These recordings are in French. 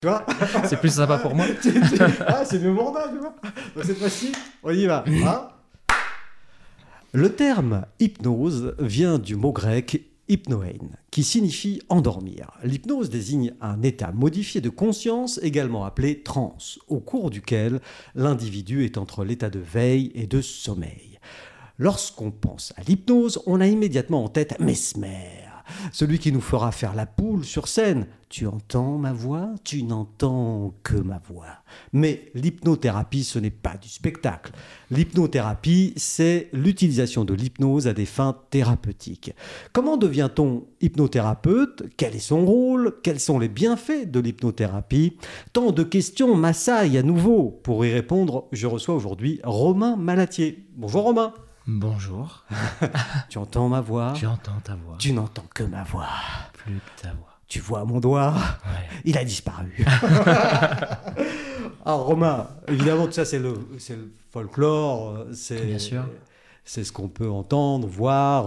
Tu vois? C'est plus sympa pour moi. C'est mieux mandat, tu vois. Donc cette fois-ci, on y va. Hein. Le terme hypnose vient du mot grec hypnoein, qui signifie endormir. L'hypnose désigne un état modifié de conscience, également appelé transe, au cours duquel l'individu est entre l'état de veille et de sommeil. Lorsqu'on pense à l'hypnose, on a immédiatement en tête Mesmer, celui qui nous fera faire la poule sur scène. Tu entends ma voix? Tu n'entends que ma voix. Mais l'hypnothérapie, ce n'est pas du spectacle. L'hypnothérapie, c'est l'utilisation de l'hypnose à des fins thérapeutiques. Comment devient-on hypnothérapeute? Quel est son rôle? Quels sont les bienfaits de l'hypnothérapie? Tant de questions m'assaillent à nouveau. Pour y répondre, je reçois aujourd'hui Romain Malatier. Bonjour Romain. Bonjour. Tu entends ma voix? J'entends ta voix. Tu n'entends que ma voix. Plus que ta voix. Tu vois mon doigt? Ouais. Il a disparu. Alors Romain, évidemment tout ça c'est le folklore, Bien sûr. C'est ce qu'on peut entendre, voir.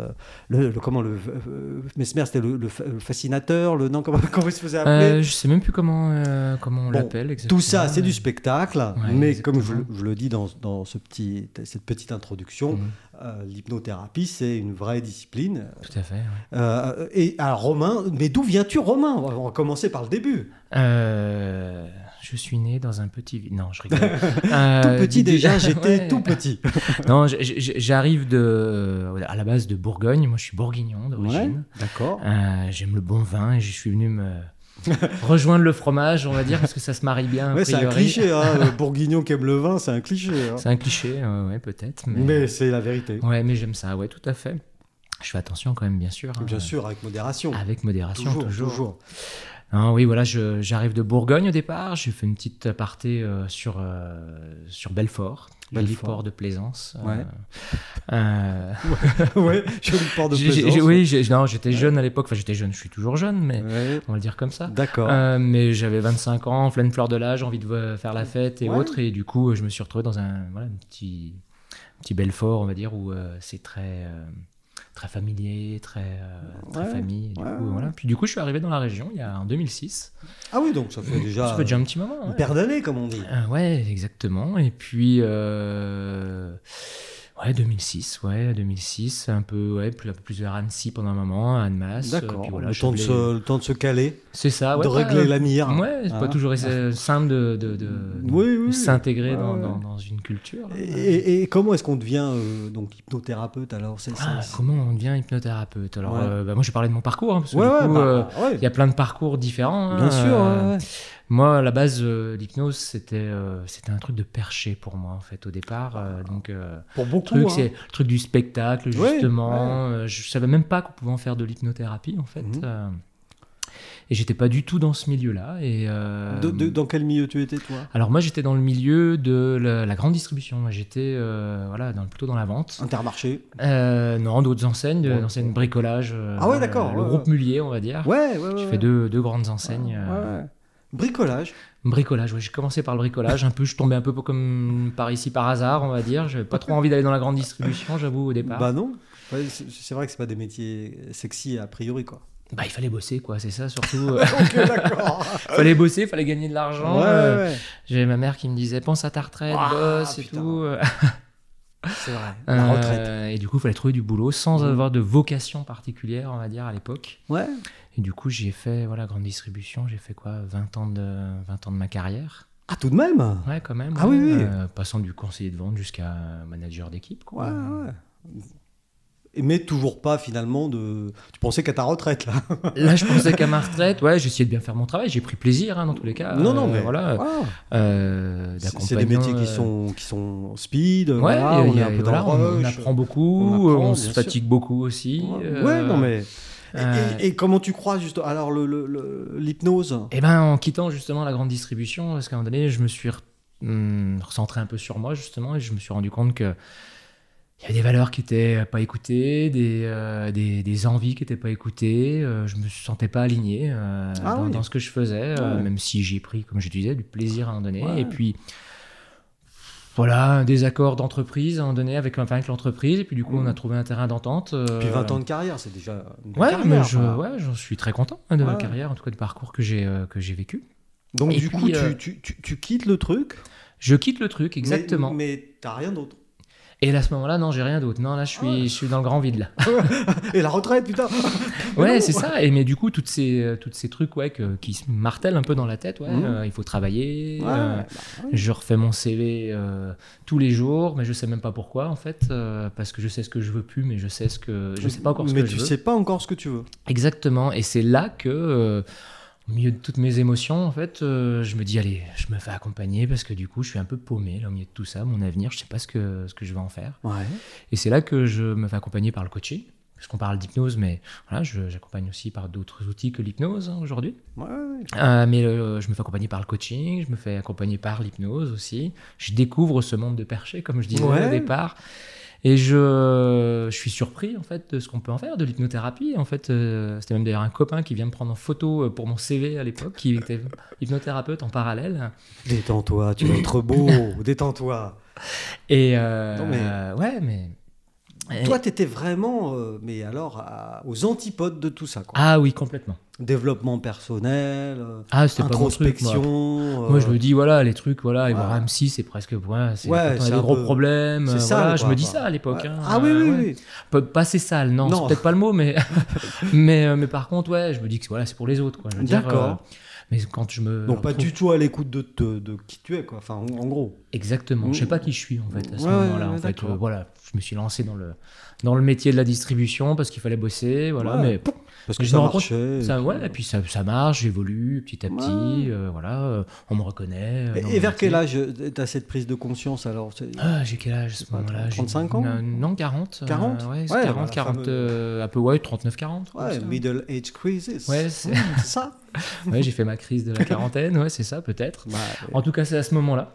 Mesmer, c'était le fascinateur, comment il se faisait appeler? Je sais même plus comment on l'appelle exactement. Tout ça, c'est du spectacle, Ouais, mais exactement. comme je le dis dans cette petite introduction, l'hypnothérapie, c'est une vraie discipline. Tout à fait. Ouais. Et alors Romain, mais d'où viens-tu Romain? On va commencer par le début. Je suis né dans un petit... Non, je rigole. Tout petit déjà, j'étais ouais. tout petit. Non, j'arrive à la base de Bourgogne. Moi, je suis bourguignon d'origine. Ouais, d'accord. J'aime le bon vin et je suis venu me rejoindre le fromage, on va dire, parce que ça se marie bien. Ouais, c'est un cliché, hein. Le bourguignon qui aime le vin, c'est un cliché. Hein. C'est un cliché, ouais, peut-être. Mais c'est la vérité. Ouais, mais j'aime ça, ouais, tout à fait. Je fais attention quand même, bien sûr. Hein. Bien sûr, avec modération. Avec modération, toujours. Hein, oui, voilà, j'arrive de Bourgogne au départ. J'ai fait une petite aparté sur Belfort. Joli port de Plaisance. Ouais. Ouais, joli port de Plaisance. J'étais jeune à l'époque. Enfin, j'étais jeune, je suis toujours jeune, mais on va le dire comme ça. D'accord. Mais j'avais 25 ans, en pleine fleur de l'âge, envie de faire la fête et autres. Et du coup, je me suis retrouvé dans un petit Belfort, on va dire, où c'est très familier, très famille. Puis du coup, je suis arrivé dans la région en 2006. Ah oui, donc ça fait déjà un petit moment. Une paire d'années, comme on dit. Ouais, exactement. Et puis, 2006, un peu plus vers Annecy pendant un moment, à Annemasse. D'accord, puis voilà, le temps de se caler, c'est ça, de régler la mire. Ouais, c'est pas toujours simple de s'intégrer dans une culture. Et comment est-ce qu'on devient donc hypnothérapeute alors? Comment on devient hypnothérapeute? Alors, moi, je parlais de mon parcours, hein, parce que il y a plein de parcours différents. Bien sûr, Moi, à la base, l'hypnose, c'était un truc de perché pour moi, en fait, au départ. pour beaucoup, c'est le truc du spectacle, justement. Je savais même pas qu'on pouvait en faire de l'hypnothérapie, en fait. Et j'étais pas du tout dans ce milieu-là. Et, dans quel milieu tu étais, toi? Alors moi, j'étais dans le milieu de la grande distribution. Moi, j'étais plutôt dans la vente. Intermarché? Non, d'autres enseignes, d'enseignes bricolage. Ah ouais, d'accord. Le groupe Mullier, on va dire. J'ai fait deux grandes enseignes. Bricolage, ouais. J'ai commencé par le bricolage, un peu. Je tombais un peu comme par ici, par hasard, on va dire. J'avais pas trop envie d'aller dans la grande distribution, j'avoue, au départ. Bah non. Ouais, c'est vrai que c'est pas des métiers sexy a priori, quoi. Bah, il fallait bosser, quoi, c'est ça, surtout. Ok, d'accord. Fallait bosser, fallait gagner de l'argent. Ouais. J'avais ma mère qui me disait, pense à ta retraite, bosse et tout. C'est vrai, la retraite. Et du coup, il fallait trouver du boulot sans avoir de vocation particulière, on va dire, à l'époque. Ouais. Et du coup, j'ai fait, grande distribution, j'ai fait 20 ans de ma carrière. Ah, tout de même? Ouais, quand même. Ah oui. Passant du conseiller de vente jusqu'à manager d'équipe, quoi. Ouais. Mais toujours pas, finalement, Tu pensais qu'à ta retraite, là? Là, je pensais qu'à ma retraite, j'essayais de bien faire mon travail, j'ai pris plaisir, dans tous les cas. Mais voilà. C'est des métiers qui sont speed, on est un peu dans le rush. On apprend beaucoup, on se fatigue beaucoup aussi. Et comment tu crois, juste alors, l'hypnose? Eh ben, en quittant justement la grande distribution, parce qu'à un moment donné, je me suis recentré un peu sur moi, justement, et je me suis rendu compte que il y avait des valeurs qui n'étaient pas écoutées, des envies qui n'étaient pas écoutées. Je ne me sentais pas aligné dans ce que je faisais, même si j'ai pris, comme je te disais, du plaisir à un moment donné. Et puis, un désaccord d'entreprise à un moment donné avec l'entreprise. Et puis, du coup, on a trouvé un terrain d'entente. Puis 20 ans de carrière, c'est déjà une carrière. Mais j'en suis très content de ma carrière, en tout cas du parcours que j'ai vécu. Donc Et du puis, coup, tu quittes le truc, je quitte le truc, exactement. mais t'as rien d'autre. Et là, à ce moment-là, non, j'ai rien d'autre. Non, là, je suis dans le grand vide, là. Et la retraite, putain. Mais Ouais, non. c'est ça. Et mais du coup, toutes ces trucs qui se martèlent un peu dans la tête. Ouais, il faut travailler. Ouais, bah, ouais. Je refais mon CV tous les jours, mais je sais même pas pourquoi en fait, parce que je sais ce que je veux plus, mais je sais pas encore ce Mais que je tu veux. sais pas encore ce que tu veux. Exactement. Et c'est là que, au milieu de toutes mes émotions, en fait, je me dis allez, je me fais accompagner parce que du coup, je suis un peu paumé là au milieu de tout ça, mon avenir, je sais pas ce que je vais en faire. Ouais. Et c'est là que je me fais accompagner par le coaching. Parce qu'on parle d'hypnose, mais voilà, j'accompagne aussi par d'autres outils que l'hypnose aujourd'hui. Ouais. Mais je me fais accompagner par le coaching, je me fais accompagner par l'hypnose aussi. Je découvre ce monde de perché, comme je disais au départ. Et je suis surpris en fait de ce qu'on peut en faire, de l'hypnothérapie. En fait, c'était même d'ailleurs un copain qui vient me prendre en photo pour mon CV à l'époque, qui était hypnothérapeute en parallèle. Détends-toi, tu vas être beau. Détends-toi. Et Non, mais- ouais, mais Toi, t'étais vraiment, mais alors, aux antipodes de tout ça, quoi. ah oui, complètement. Développement personnel, Ah, c'était pas mon truc, moi. introspection. Moi, je me dis, voilà, les trucs, voilà, ouais. et voir M6, c'est presque, voilà, c'est Ouais, quand on c'est a des un gros peu- problèmes, c'est sale, voilà, quoi, je me dis quoi. ça à l'époque. Ouais. Hein, Ah oui, oui, ouais. oui. Pas c'est sale, non, Non. c'est peut-être pas le mot, mais, mais par contre, ouais, je me dis que voilà, c'est pour les autres, quoi. Je veux dire, D'accord. mais quand je me. Donc, pas retrouve- du tout à l'écoute de qui tu es, quoi. Enfin, en gros. Exactement, je sais pas qui je suis, en fait, à ce Ouais, moment-là. ouais, En fait, d'accord. voilà, je me suis lancé dans le métier de la distribution parce qu'il fallait bosser, voilà, Ouais. mais. Parce que Je ça me rends compte, marchait. Ça, ouais, et puis ça marche, j'évolue petit à petit, voilà, on me reconnaît. dans Et mon vers quel métier. âge tu as cette prise de conscience alors Ah, j'ai quel âge à ce sais pas, moment-là? 35 ans? Non, 40. 40? Ouais, Ouais, 40, la 40, fameuse- un peu, ouais, 39, 40. comme Ouais, ça. middle age crisis. Ouais, c'est C'est ça. ouais, j'ai fait ma crise de la quarantaine, ouais, c'est ça, peut-être. Bah, En tout cas, c'est à ce moment-là.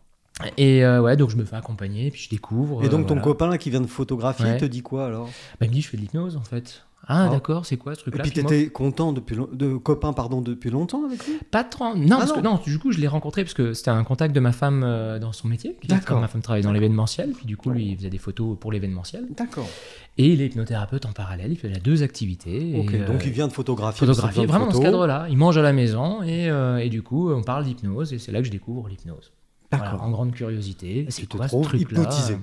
Et ouais, donc je me fais accompagner, puis je découvre. et donc ton voilà. copain là qui vient de photographier Ouais. te dit quoi alors? Bah, il me dit, je fais de l'hypnose, en fait. Ah, Ah. d'accord, c'est quoi ce Et truc-là? puis Puis moi, t'étais content de copain depuis longtemps avec lui? pas trop. Non, Ah, parce que non. non, du coup, je l'ai rencontré parce que c'était un contact de ma femme dans son métier. D'accord. Ma femme travaille dans l'événementiel, puis du coup, lui, il faisait des photos pour l'événementiel. D'accord. Et il est hypnothérapeute en parallèle, il fait les deux activités. Ok, et, donc il vient de photographier. photographier, de vraiment dans ce photos. cadre-là. Il mange à la maison et du coup, on parle d'hypnose et c'est là que je découvre l'hypnose. Voilà, D'accord. en grande curiosité. Et C'est tu te quoi ce trouves truc-là hypnotisé.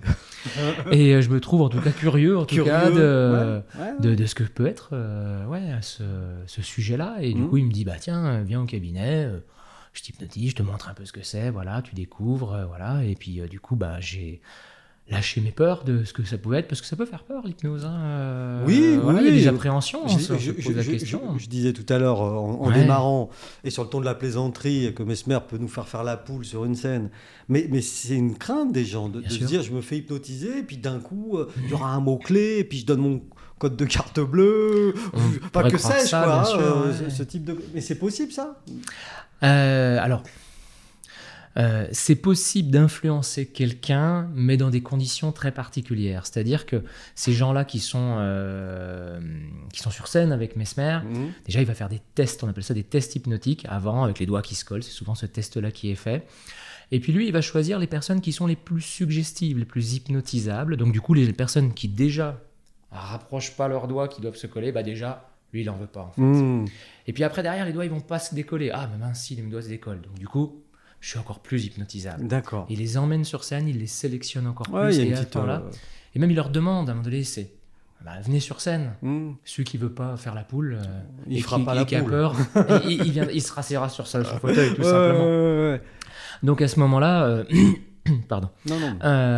Et je me trouve en tout cas curieux, en tout cas, ouais, ouais. de ce que peut être ouais, ce sujet-là. Et du Mhm. coup, il me dit, bah tiens, viens au cabinet, je t'hypnotise, je te montre un peu ce que c'est, voilà, tu découvres, voilà. Et puis du coup, bah, j'ai lâché mes peurs de ce que ça pouvait être, parce que ça peut faire peur, l'hypnose. Hein, Oui, voilà, oui, il y a des oui. appréhensions, on se pose la question. Je disais tout à l'heure en Ouais. démarrant et sur le ton de la plaisanterie que Mesmer peut nous faire la poule sur une scène, mais c'est une crainte des gens de se sûr. dire je me fais hypnotiser et puis d'un coup il y aura un mot clé et puis je donne mon code de carte bleue, On pas pourrait que croire sais-je ça, quoi, bien sûr, ouais. ce type de. Mais c'est possible ça? Alors, c'est possible d'influencer quelqu'un, mais dans des conditions très particulières. C'est-à-dire que ces gens-là qui sont sur scène avec Mesmer, Mhm. déjà, il va faire des tests, on appelle ça des tests hypnotiques, avant, avec les doigts qui se collent, c'est souvent ce test-là qui est fait. Et puis lui, il va choisir les personnes qui sont les plus suggestives, les plus hypnotisables. Donc du coup, les personnes qui déjà rapprochent pas leurs doigts, qui doivent se coller, bah déjà, lui, il en veut pas, en fait. Mhm. Et puis après, derrière, les doigts, ils vont pas se décoller. Ah, mais mince, si, les doigts se décollent. Donc du coup, je suis encore plus hypnotisable. D'accord. Il les emmène sur scène, il les sélectionne encore Ouais, plus. il y a Et une à ce petite. moment-là, et même il leur demande, à un moment donné, c'est bah, venez sur scène. Mhm. Celui qui veut pas faire la poule, Il et fera qui, pas la qui a poule. peur, il se rasseyera sur son fauteuil, tout Ouais, simplement. ouais. Donc à ce moment-là, pardon, Non, non.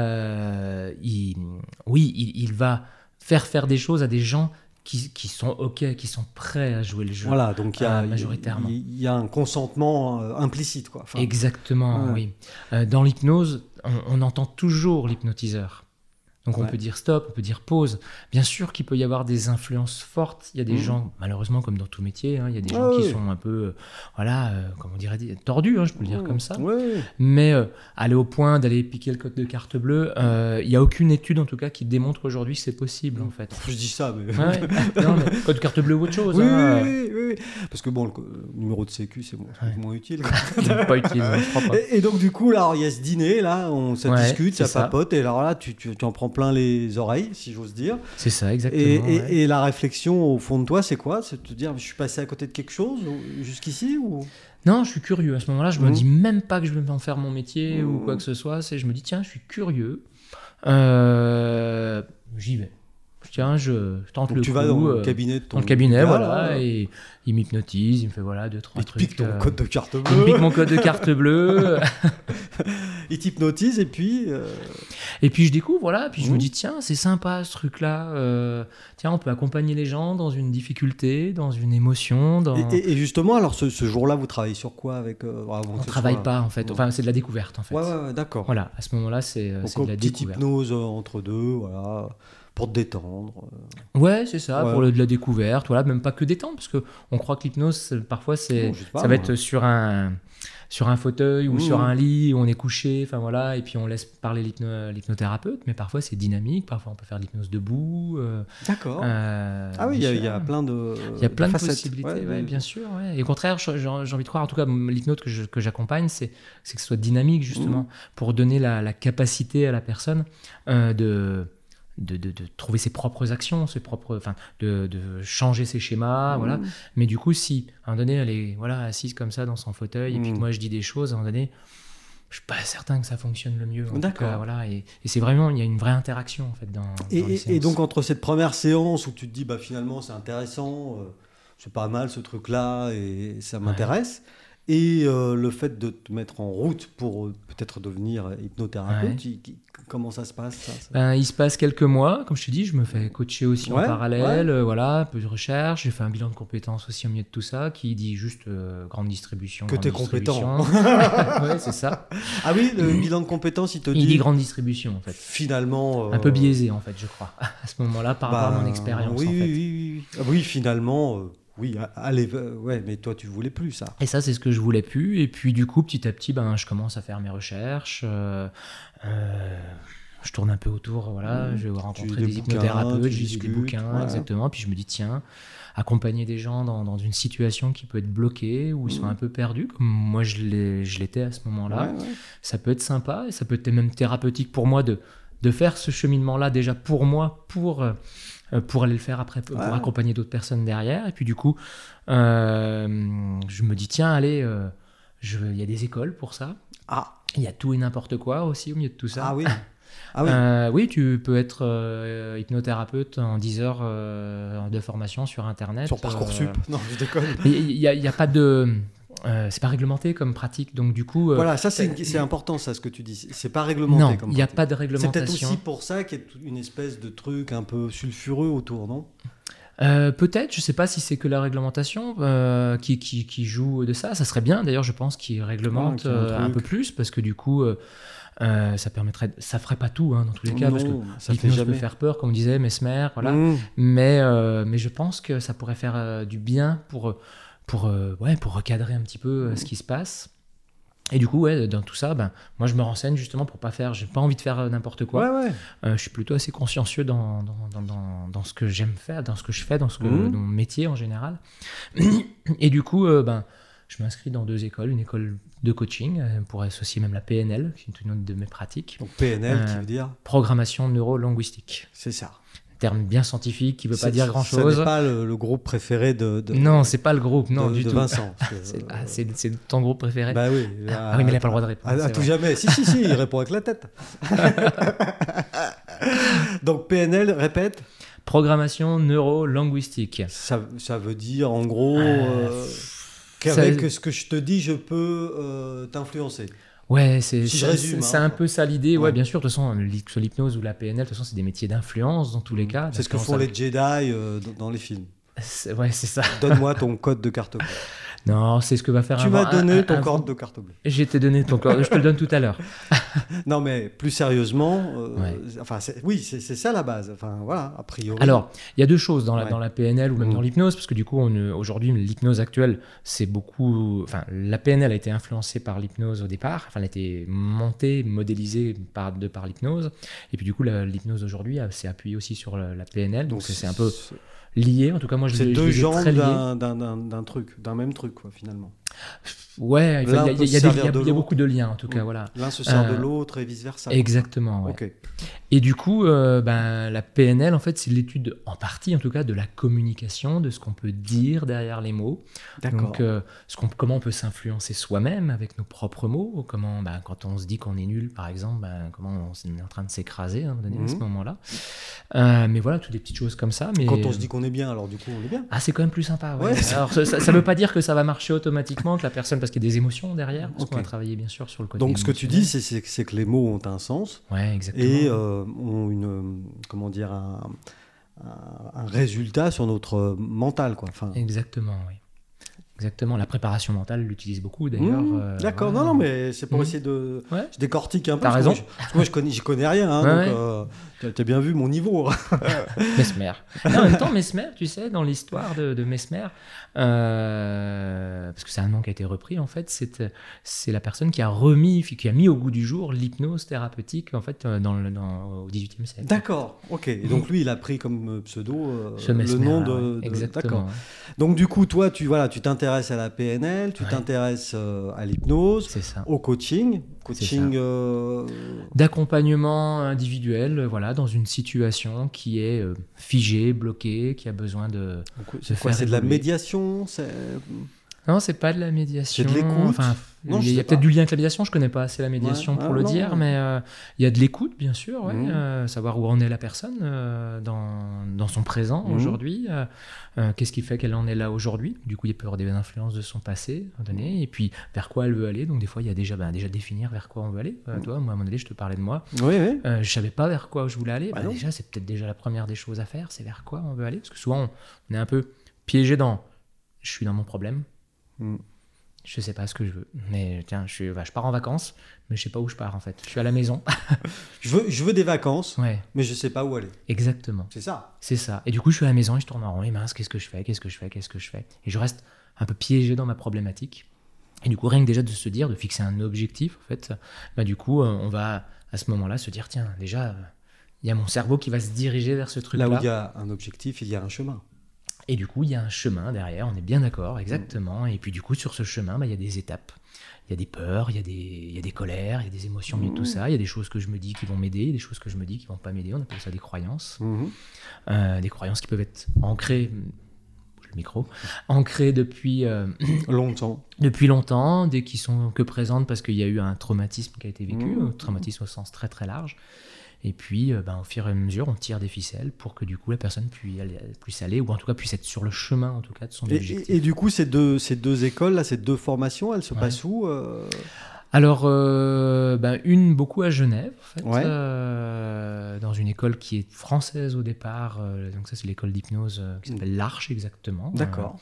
il va faire des choses à des gens qui sont OK, qui sont prêts à jouer le jeu. Voilà, donc majoritairement. il y a un consentement implicite quoi. Enfin, Exactement, ouais. oui. Dans l'hypnose, on entend toujours l'hypnotiseur. Donc on Ouais. peut dire stop, on peut dire pause. Bien sûr qu'il peut y avoir des influences fortes. Il y a des Mhm. gens, malheureusement comme dans tout métier, hein, il y a des Ah gens qui oui. sont un peu, comment on dirait, tordus, hein, je peux le dire comme ça. Ouais. Mais aller au point d'aller piquer le code de carte bleue, il n'y a aucune étude en tout cas qui démontre aujourd'hui que c'est possible en fait. Je dis ça, mais. Ouais, non, mais code carte bleue ou autre chose. Oui, hein, oui. Parce que bon, le numéro de sécu, c'est Ouais. moins utile. pas utile, je crois pas. Et donc, du coup, là, il y a ce dîner, là, ça Ouais, discute, ça c'est ça. papote, et alors là, tu en prends plein les oreilles, si j'ose dire. C'est ça, exactement. Et, ouais. et la réflexion, au fond de toi, c'est quoi? C'est de te dire, je suis passé à côté de quelque chose jusqu'ici ou... Non, je suis curieux. À ce moment-là, je me dis même pas que je vais en faire mon métier ou quoi que ce soit. Je me dis, tiens, je suis curieux. J'y vais. Tiens, je tente Donc le tu coup. vas dans le cabinet de ton Dans le cabinet, gars, voilà. Et il m'hypnotise, il me fait voilà, 2-3 il te trucs. pique ton code de carte Il me bleue. pique mon code de carte bleue. Il t'hypnotise et puis... Et puis je découvre, voilà. Puis je me dis, tiens, c'est sympa ce truc-là. Tiens, on peut accompagner les gens dans une difficulté, dans une émotion. Et justement, alors ce jour-là, vous travaillez sur quoi avec On ne travaille pas, en fait. Enfin, c'est de la découverte, en fait. Ouais, d'accord. Voilà, à ce moment-là, c'est de la petite découverte. hypnose entre deux, voilà, pour te détendre. Ouais, c'est ça, Ouais. pour de la découverte. Voilà, même pas que détendre, parce qu'on croit que l'hypnose, parfois, Non, je sais pas, ça va être sur un fauteuil ou sur un lit où on est couché, enfin voilà, et puis on laisse parler l'hypnothérapeute, mais parfois c'est dynamique, parfois on peut faire de l'hypnose debout. D'accord. Ah oui, il y a plein de Il y a plein de facettes. possibilités, ouais, bien sûr. Ouais. Et au contraire, j'ai envie de croire, en tout cas, l'hypnose que j'accompagne, c'est que ce soit dynamique, justement, pour donner la capacité à la personne de trouver ses propres actions, de changer ses schémas, voilà. Mais du coup, si à un moment donné, elle est assise comme ça dans son fauteuil, et puis que moi je dis des choses, à un moment donné, je suis pas certain que ça fonctionne le mieux. D'accord. Voilà, et c'est vraiment, il y a une vraie interaction en fait dans les séances. Et donc entre cette première séance où tu te dis bah finalement c'est intéressant, c'est pas mal ce truc-là et ça m'intéresse, et le fait de te mettre en route pour peut-être devenir hypnothérapeute, comment ça se passe ça Il se passe quelques mois, comme je te dis, je me fais coacher aussi en parallèle, voilà, un peu de recherche, j'ai fait un bilan de compétences aussi au milieu de tout ça, qui dit juste grande distribution. Que t'es compétent. Ouais, c'est ça. Ah oui, le bilan de compétences, il dit grande distribution en fait. Finalement... Un peu biaisé en fait, je crois, à ce moment-là, par rapport à mon expérience en fait. Oui, finalement... Oui, allez, ouais, mais toi tu voulais plus ça. Et ça c'est ce que je voulais plus. Et puis du coup petit à petit, je commence à faire mes recherches. Je tourne un peu autour, voilà. Je vais rencontrer des hypnothérapeutes, je lis des bouquins, exactement. Puis je me dis tiens, accompagner des gens dans une situation qui peut être bloquée où ils sont un peu perdus, comme moi je l'étais à ce moment-là. Ça peut être sympa et ça peut être même thérapeutique pour moi de faire ce cheminement-là déjà pour moi, pour aller le faire après, pour accompagner d'autres personnes derrière. Et puis du coup, je me dis, tiens, allez, il y a des écoles pour ça. Il y a tout et n'importe quoi aussi au milieu de tout ça. Oui, tu peux être hypnothérapeute en 10 heures de formation sur Internet. Sur Parcoursup. Non, je déconne. Il n'y a pas de... c'est pas réglementé comme pratique, donc du coup... voilà, ça c'est important, ça, ce que tu dis. C'est pas réglementé comme pratique. Non, il n'y a pas de réglementation. C'est peut-être aussi pour ça qu'il y a une espèce de truc un peu sulfureux autour, non ? Peut-être, je ne sais pas si c'est que la réglementation qui joue de ça. Ça serait bien, d'ailleurs, je pense, qu'ils réglementent un peu plus, parce que du coup... ça permettrait, ça ferait pas tout dans tous les cas, parce que l'hypnose peut faire peur, comme on disait, Mesmer, voilà. Mais je pense que ça pourrait faire du bien pour recadrer un petit peu ce qui se passe. Et du coup, dans tout ça, moi je me renseigne justement pour pas faire, j'ai pas envie de faire n'importe quoi. Je suis plutôt assez consciencieux dans ce que j'aime faire, dans ce que je fais, dans mon métier en général. Et du coup, je m'inscris dans 2 écoles, une école de coaching, pour associer même la PNL, qui est une autre de mes pratiques. Donc PNL, qui veut dire programmation neuro-linguistique. C'est ça. Terme bien scientifique qui ne veut pas dire grand-chose. Ce n'est pas le groupe préféré de non, c'est pas le groupe, non, du tout. tout. Vincent. c'est ton groupe préféré. Bah oui. Oui, mais il n'a pas le droit de répondre. À tout jamais. Si, il répond avec la tête. Donc PNL, répète. Programmation neuro-linguistique. Ça veut dire en gros qu'avec ce que je te dis, je peux t'influencer. Ouais, c'est un peu ça l'idée. Ouais, bien sûr. De toute façon, soit l'hypnose ou la PNL, de toute façon, c'est des métiers d'influence dans tous les cas. C'est ce que font les Jedi dans les films. C'est ça. Donne-moi ton code de carte bleue. Non, c'est ce que va faire Tu m'as donné ton code de carte bleue. Je t'ai donné ton code. Je te le donne tout à l'heure. Non, mais plus sérieusement, c'est ça la base. Enfin, voilà, a priori. Alors, il y a 2 choses dans la PNL ou même dans l'hypnose, parce que du coup, aujourd'hui, l'hypnose actuelle, c'est beaucoup... Enfin, la PNL a été influencée par l'hypnose au départ. Enfin, elle a été montée, modélisée par l'hypnose. Et puis, du coup, l'hypnose aujourd'hui s'est appuyée aussi sur la PNL. Donc, c'est un peu lié. En tout cas, moi, je les ai très liés. d'un même truc, quoi, finalement. Ouais, L'un peut se servir de il y a l'autre. beaucoup de liens en tout cas, voilà. L'un se sert de l'autre et vice-versa. Exactement, ouais. Ok. Et du coup, la PNL, en fait, c'est l'étude, en partie en tout cas, de la communication, de ce qu'on peut dire derrière les mots. D'accord. Donc, comment on peut s'influencer soi-même avec nos propres mots. Comment, quand on se dit qu'on est nul, par exemple, comment on est en train de s'écraser à un moment donné, à ce moment-là. Mais voilà, toutes des petites choses comme ça. Mais... Quand on se dit qu'on est bien, alors du coup, on est bien. Ah, c'est quand même plus sympa. Ouais. Ouais. Alors, ça ne veut pas dire que ça va marcher automatiquement, que la personne, parce qu'il y a des émotions derrière, parce qu'on va travailler bien sûr sur le côté Donc, ce que tu émotionnel. dis, c'est que les mots ont un sens Ouais, exactement. et ont un résultat sur notre mental, quoi. Enfin, Exactement, oui. Exactement. La préparation mentale l'utilise beaucoup d'ailleurs. d'accord, voilà. non, mais c'est pour essayer de. Ouais. Je décortique un peu. T'as raison. Parce que moi, j'y connais rien. Hein, donc, t'as bien vu mon niveau. Mesmer. Et en même temps, Mesmer, tu sais, dans l'histoire de Mesmer, parce que c'est un nom qui a été repris, en fait, c'est la personne qui a mis au goût du jour l'hypnose thérapeutique, en fait, au XVIIIe siècle. D'accord, ok. Et donc, lui, il a pris comme pseudo le Mesmer, nom ouais. Exactement. D'accord. Donc, du coup, toi, tu t'intéresses à la PNL, tu t'intéresses à l'hypnose, C'est ça. au coaching. D'accompagnement individuel, voilà, dans une situation qui est figée, bloquée, qui a besoin de c'est quoi, c'est de la médiation, Non, c'est pas de la médiation. C'est de l'écoute. Enfin, Non, il y a peut-être du lien avec la médiation. Je connais pas assez la médiation pour le dire, mais il y a de l'écoute, bien sûr. Ouais, savoir où en est la personne dans son présent aujourd'hui. Qu'est-ce qui fait qu'elle en est là aujourd'hui. Du coup, il peut y avoir des influences de son passé, à un moment donné, et puis vers quoi elle veut aller. Donc des fois, il y a déjà définir vers quoi on veut aller. Toi, moi, à un moment donné, je te parlais de moi. Oui, oui. Je savais pas vers quoi je voulais aller. Non. Déjà, c'est peut-être déjà la première des choses à faire. C'est vers quoi on veut aller. Parce que souvent, on est un peu piégé dans. Je suis dans mon problème. Je sais pas ce que je veux, mais tiens, je pars en vacances, mais je sais pas où je pars en fait. Je suis à la maison. je veux des vacances, Ouais, mais je sais pas où aller. exactement. C'est ça. C'est ça. Et du coup, je suis à la maison et je tourne en rond. Et mince, qu'est-ce que je fais. Et je reste un peu piégé dans ma problématique. Et du coup, rien que déjà de se dire, de fixer un objectif, en fait, du coup, on va à ce moment-là se dire, tiens, déjà, il y a mon cerveau qui va se diriger vers ce truc-là. Là où il y a un objectif, il y a un chemin. Et du coup, il y a un chemin derrière, on est bien d'accord, exactement. Et puis du coup, sur ce chemin, il y a des étapes. Il y a des peurs, il y a des colères, il y a des émotions, il y a tout ça. Il y a des choses que je me dis qui vont m'aider, il y a des choses que je me dis qui vont pas m'aider. On appelle ça des croyances. Des croyances qui peuvent être ancrées, le micro, ancrées depuis longtemps, qui sont que présentes parce qu'il y a eu un traumatisme qui a été vécu, un traumatisme au sens très très large. Et puis, au fur et à mesure, on tire des ficelles pour que du coup la personne puisse aller, ou en tout cas puisse être sur le chemin, en tout cas, de son objectif. Et du coup, ces deux écoles, là, ces deux formations, elles se passent où Alors, une beaucoup à Genève, en fait, dans une école qui est française au départ. Donc ça, c'est l'école d'hypnose qui s'appelle l'Arche, exactement. D'accord.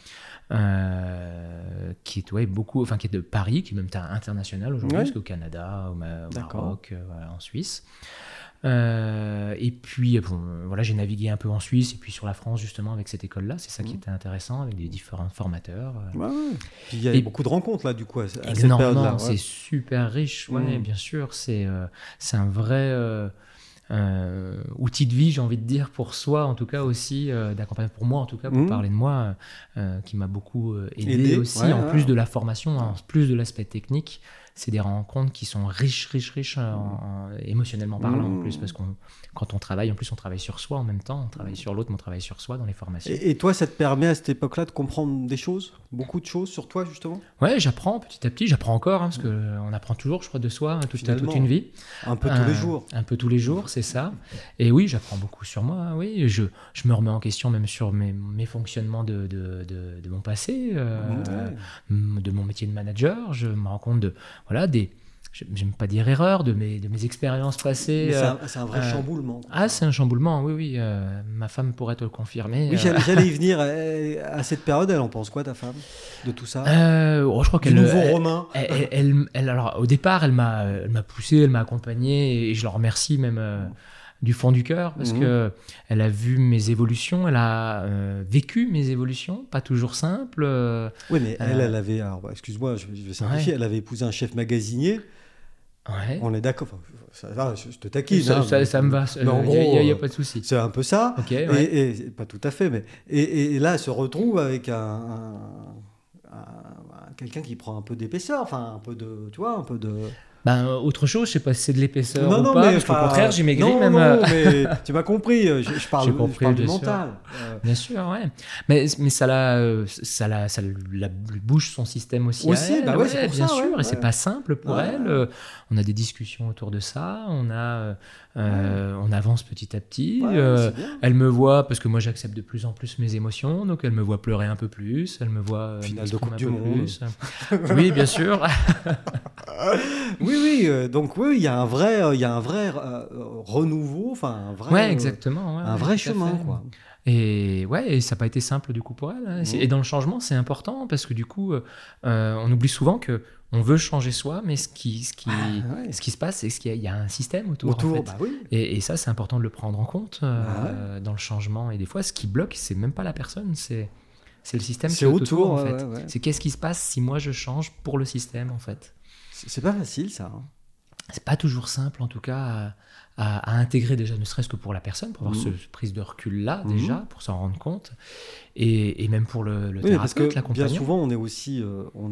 Qui est de Paris, qui est même international aujourd'hui, parce qu'au Canada, au Maroc, en Suisse. Et puis j'ai navigué un peu en Suisse et puis sur la France justement avec cette école là, c'est ça qui était intéressant avec des différents formateurs. Puis il y a beaucoup de rencontres là du coup à cette période-là. C'est super riche, bien sûr, c'est un vrai outil de vie, j'ai envie de dire, pour soi en tout cas aussi, d'accompagnement pour moi en tout cas, pour parler de moi, qui m'a beaucoup aidé aussi, plus de la formation, en plus de l'aspect technique. C'est des rencontres qui sont riches émotionnellement parlant en plus, parce quand on travaille, en plus on travaille sur soi en même temps, on travaille sur l'autre, mais on travaille sur soi dans les formations. Et toi, ça te permet à cette époque-là de comprendre des choses, beaucoup de choses sur toi justement ? Ouais, j'apprends petit à petit, j'apprends encore, parce qu'on apprend toujours, je crois, de soi toute une vie. Un peu tous les jours. Un peu tous les jours, c'est ça. Et oui, j'apprends beaucoup sur moi, oui. Je me remets en question même sur mes fonctionnements de mon passé, de mon métier de manager. Je me rends compte j'aime pas dire erreur, de mes expériences passées. C'est un vrai chamboulement. C'est un chamboulement, oui. Ma femme pourrait te le confirmer. Oui, j'allais y venir. À cette période, elle en pense quoi, ta femme, de tout ça ? Je crois qu'elle. Du nouveau romain. Alors, au départ, elle m'a poussé, elle m'a accompagné, et je la remercie même du fond du cœur, parce que elle a vu mes évolutions, elle a vécu mes évolutions, pas toujours simples. Oui, mais elle avait, alors, excuse-moi, je vais simplifier, elle avait épousé un chef magasinier. Ouais. On est d'accord. Ça va, je te taquine. Ça me va. Mais en gros, il n'y a pas de souci. C'est un peu ça. Okay, et pas tout à fait, mais et là, elle se retrouve avec un quelqu'un qui prend un peu d'épaisseur, enfin un peu de, tu vois, un peu de. Autre chose, je sais pas si c'est de l'épaisseur Non, ou non, pas, mais parce qu'au contraire, j'ai maigri même. Non, mais tu m'as compris. Je parle, J'ai compris, je parle du bien mental. Bien sûr, ouais. Mais ça lui bouge son système aussi. Aussi, à elle, bah ouais, c'est pour bien ça, sûr. ouais, Et c'est ouais. pas simple pour Ouais. elle. On a des discussions autour de ça. On avance petit à petit. Ouais, c'est bien. Elle me voit parce que moi j'accepte de plus en plus mes émotions, donc elle me voit pleurer un peu plus. Elle me voit Finale de m'exprimer Coupe du un peu Monde. plus. Oui, bien sûr. Oui, donc oui, il y a un vrai renouveau, enfin un vrai, Ouais, exactement. un vrai tout à chemin, fait. quoi. Et ouais, et ça n'a pas été simple du coup pour elle. Hein. Et dans le changement, c'est important parce que du coup, on oublie souvent que on veut changer soi, mais ce qui Ouais. se passe, c'est qu'il y a un système autour. Autour, en fait. bah oui. Et ça, c'est important de le prendre en compte Ouais. dans le changement. Et des fois, ce qui bloque, c'est même pas la personne, c'est le système qui C'est est autour, en ouais, fait. ouais. C'est qu'est-ce qui se passe si moi je change pour le système, en fait. C'est pas facile, ça. Hein. C'est pas toujours simple, en tout cas, à intégrer déjà, ne serait-ce que pour la personne, pour avoir cette prise de recul-là, déjà, pour s'en rendre compte, et même pour le Oui, parce que thérapeute, l'accompagnant. bien souvent, on est aussi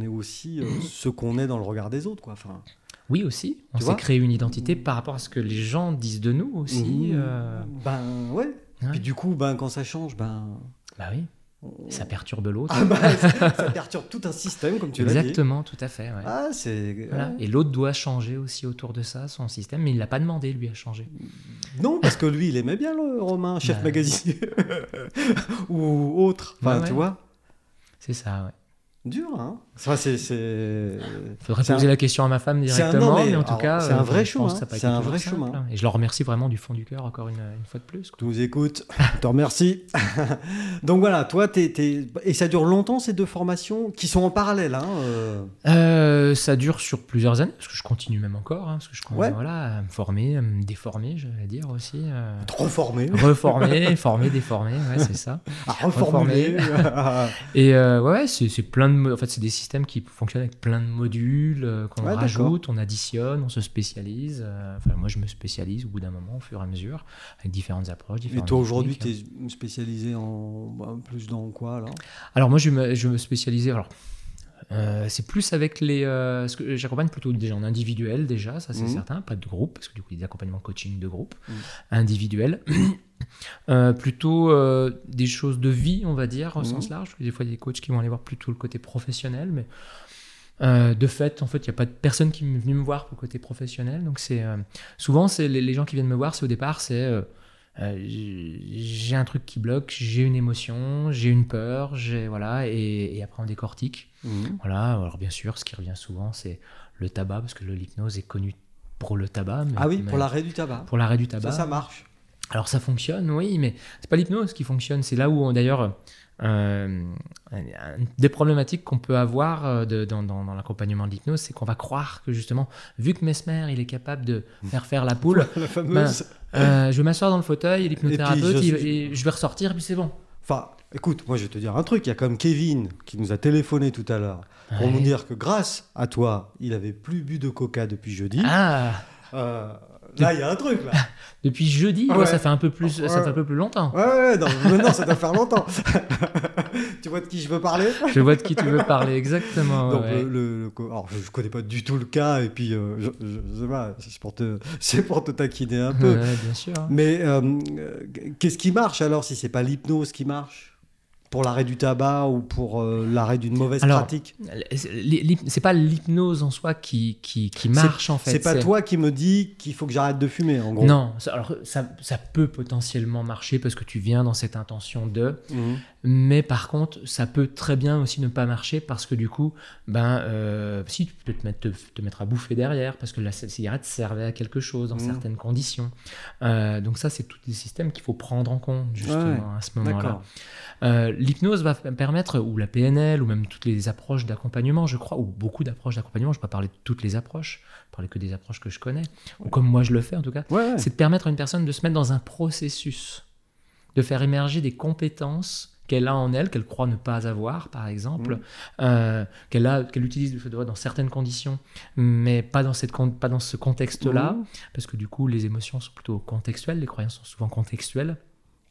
ce qu'on est dans le regard des autres, quoi. Enfin, Oui, aussi. On Tu s'est vois créé une identité par rapport à ce que les gens disent de nous aussi. Ben ouais. Ouais. Puis du coup, ben quand ça change, ben Bah oui, ça perturbe l'autre. ah bah, ça perturbe tout un système, comme tu l'as dit. Exactement, tout à fait. Ouais. Ah, c'est Voilà. Et l'autre doit changer aussi autour de ça, son système, mais il l'a pas demandé, lui, à changer. non, parce que lui, il aimait bien le Romain, chef Bah, magazine ou autre. Enfin, Ouais, tu ouais. vois. C'est ça, ouais. Dur, hein. Ça, c'est. Faudrait C'est poser un- la question à ma femme c'est un- directement, non, mais mais en tout alors, cas, c'est un vrai je pense chemin. que ça a pas C'est été un toujours vrai simple, chemin. hein. Et je leur remercie vraiment du fond du cœur, encore une fois de plus. Tu nous écoutes, je te remercie. Donc voilà, toi, et ça dure longtemps ces deux formations qui sont en parallèle, hein. Ça dure sur plusieurs années, parce que je continue même encore, hein, parce que je continue Ouais. à me former, à me déformer, je vais dire aussi. Reformé, Reformer, former, déformer, ouais, c'est ça. à reformuler. Et ouais, c'est plein de, en fait, c'est des systèmes qui fonctionnent avec plein de modules qu'on Ouais, rajoute, on additionne, on se spécialise. Enfin, moi, je me spécialise au bout d'un moment, au fur et à mesure, avec différentes approches, Et différentes toi, aujourd'hui, tu techniques. es spécialisé plus dans quoi, alors? Alors moi, je me spécialisais. Alors, c'est plus avec les. Ce que j'accompagne plutôt déjà en individuel déjà, ça c'est certain, pas de groupe, parce que du coup il y a des accompagnements coaching de groupe, individuel. Plutôt des choses de vie, on va dire, au sens large. Des fois, il y a des coachs qui vont aller voir plutôt le côté professionnel, mais de fait, en fait, il n'y a pas de personne qui est venue me voir pour le côté professionnel. Donc, souvent, c'est les gens qui viennent me voir, c'est au départ, c'est j'ai un truc qui bloque, j'ai une émotion, j'ai une peur, voilà, et après on décortique. Voilà. Alors bien sûr, ce qui revient souvent, c'est le tabac, parce que l'hypnose est connue pour le tabac. Ah oui, pour l'arrêt du tabac. Pour l'arrêt du tabac. Ça marche. Alors ça fonctionne, oui, mais c'est pas l'hypnose qui fonctionne. C'est là où, d'ailleurs, des problématiques qu'on peut avoir dans l'accompagnement de l'hypnose, c'est qu'on va croire que justement, vu que Mesmer, il est capable de faire la poule, La fameuse. je vais m'asseoir dans le fauteuil et l'hypnothérapeute, Et puis, et je vais ressortir, et puis c'est bon. Enfin, écoute, moi je vais te dire un truc. Il y a comme Kevin qui nous a téléphoné tout à l'heure pour nous dire que grâce à toi, il avait plus bu de coca depuis jeudi. Ah, Là, il y a un truc là. depuis jeudi, Ouais. ça fait un peu plus, ça fait un peu plus longtemps. Ouais, non, maintenant ça doit faire longtemps. Tu vois de qui je veux parler? Je vois de qui tu veux parler exactement. Donc, ouais. alors, je connais pas du tout le cas, et puis je sais pas, c'est pour te taquiner un peu. Ouais, bien sûr. Mais qu'est-ce qui marche alors si c'est pas l'hypnose qui marche pour l'arrêt du tabac ou pour l'arrêt d'une mauvaise pratique? C'est pas l'hypnose en soi qui marche en fait. C'est pas toi qui me dis qu'il faut que j'arrête de fumer, en gros. Non, alors ça peut potentiellement marcher parce que tu viens dans cette intention de. Mais par contre, ça peut très bien aussi ne pas marcher parce que du coup, si tu peux te mettre à bouffer derrière parce que la cigarette servait à quelque chose dans certaines conditions. Donc ça, c'est tous des systèmes qu'il faut prendre en compte justement à ce moment-là. L'hypnose va permettre, ou la PNL, ou même toutes les approches d'accompagnement, je crois, ou beaucoup d'approches d'accompagnement, je ne vais pas parler de toutes les approches, je vais parler que des approches que je connais, ou comme moi je le fais en tout cas, c'est de permettre à une personne de se mettre dans un processus, de faire émerger des compétences qu'elle a en elle, qu'elle croit ne pas avoir, par exemple, qu'elle utilise dans certaines conditions, mais pas dans ce contexte-là, parce que du coup, les émotions sont plutôt contextuelles, les croyances sont souvent contextuelles.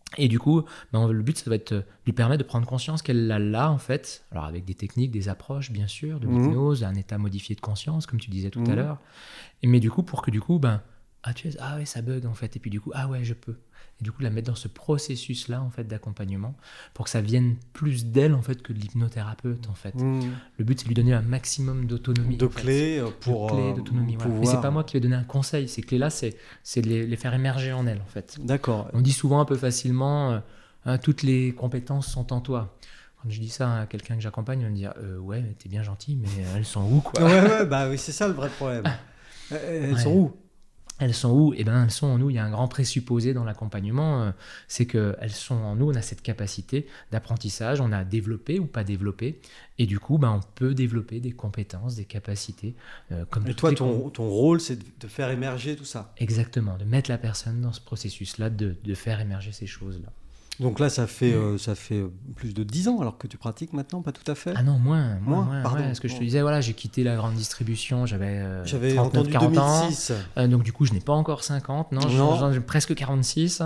Et du coup, ben, le but, ça va être lui permettre de prendre conscience qu'elle l'a là, en fait. Alors, avec des techniques, des approches, bien sûr, de l'hypnose, un état modifié de conscience, comme tu disais tout à l'heure. Mais du coup, pour que du coup, ben, ah ouais, ça bug, en fait. Et puis du coup, ah ouais, je peux. Et du coup, la mettre dans ce processus-là, en fait, d'accompagnement, pour que ça vienne plus d'elle, en fait, que de l'hypnothérapeute, en fait. Le but, c'est de lui donner un maximum d'autonomie. De clés pour d'autonomie, voilà. pouvoir... Mais c'est pas moi qui vais donner un conseil. Ces clés-là, c'est de les faire émerger en elle, en fait. D'accord. On dit souvent un peu facilement, toutes les compétences sont en toi. Quand je dis ça à quelqu'un que j'accompagne, il va me dire, ouais, t'es bien gentil, mais elles sont où, quoi? Ouais, bah oui, c'est ça le vrai problème. Elles sont où? Elles sont où? Eh ben, elles sont en nous. Il y a un grand présupposé dans l'accompagnement, c'est qu'elles sont en nous. On a cette capacité d'apprentissage, on a développé ou pas développé. Et du coup, ben, on peut développer des compétences, des capacités. Comme et toi, ton rôle, c'est de faire émerger tout ça. Exactement, de mettre la personne dans ce processus-là, de faire émerger ces choses-là. Donc là, ça fait plus de 10 ans alors que tu pratiques maintenant, pas tout à fait? Ah non, moins. Pardon. Ouais, parce que je te disais, voilà, j'ai quitté la grande distribution, j'avais 39, entendu 40 2006. ans. Donc du coup, je n'ai pas encore 50, j'ai presque 46.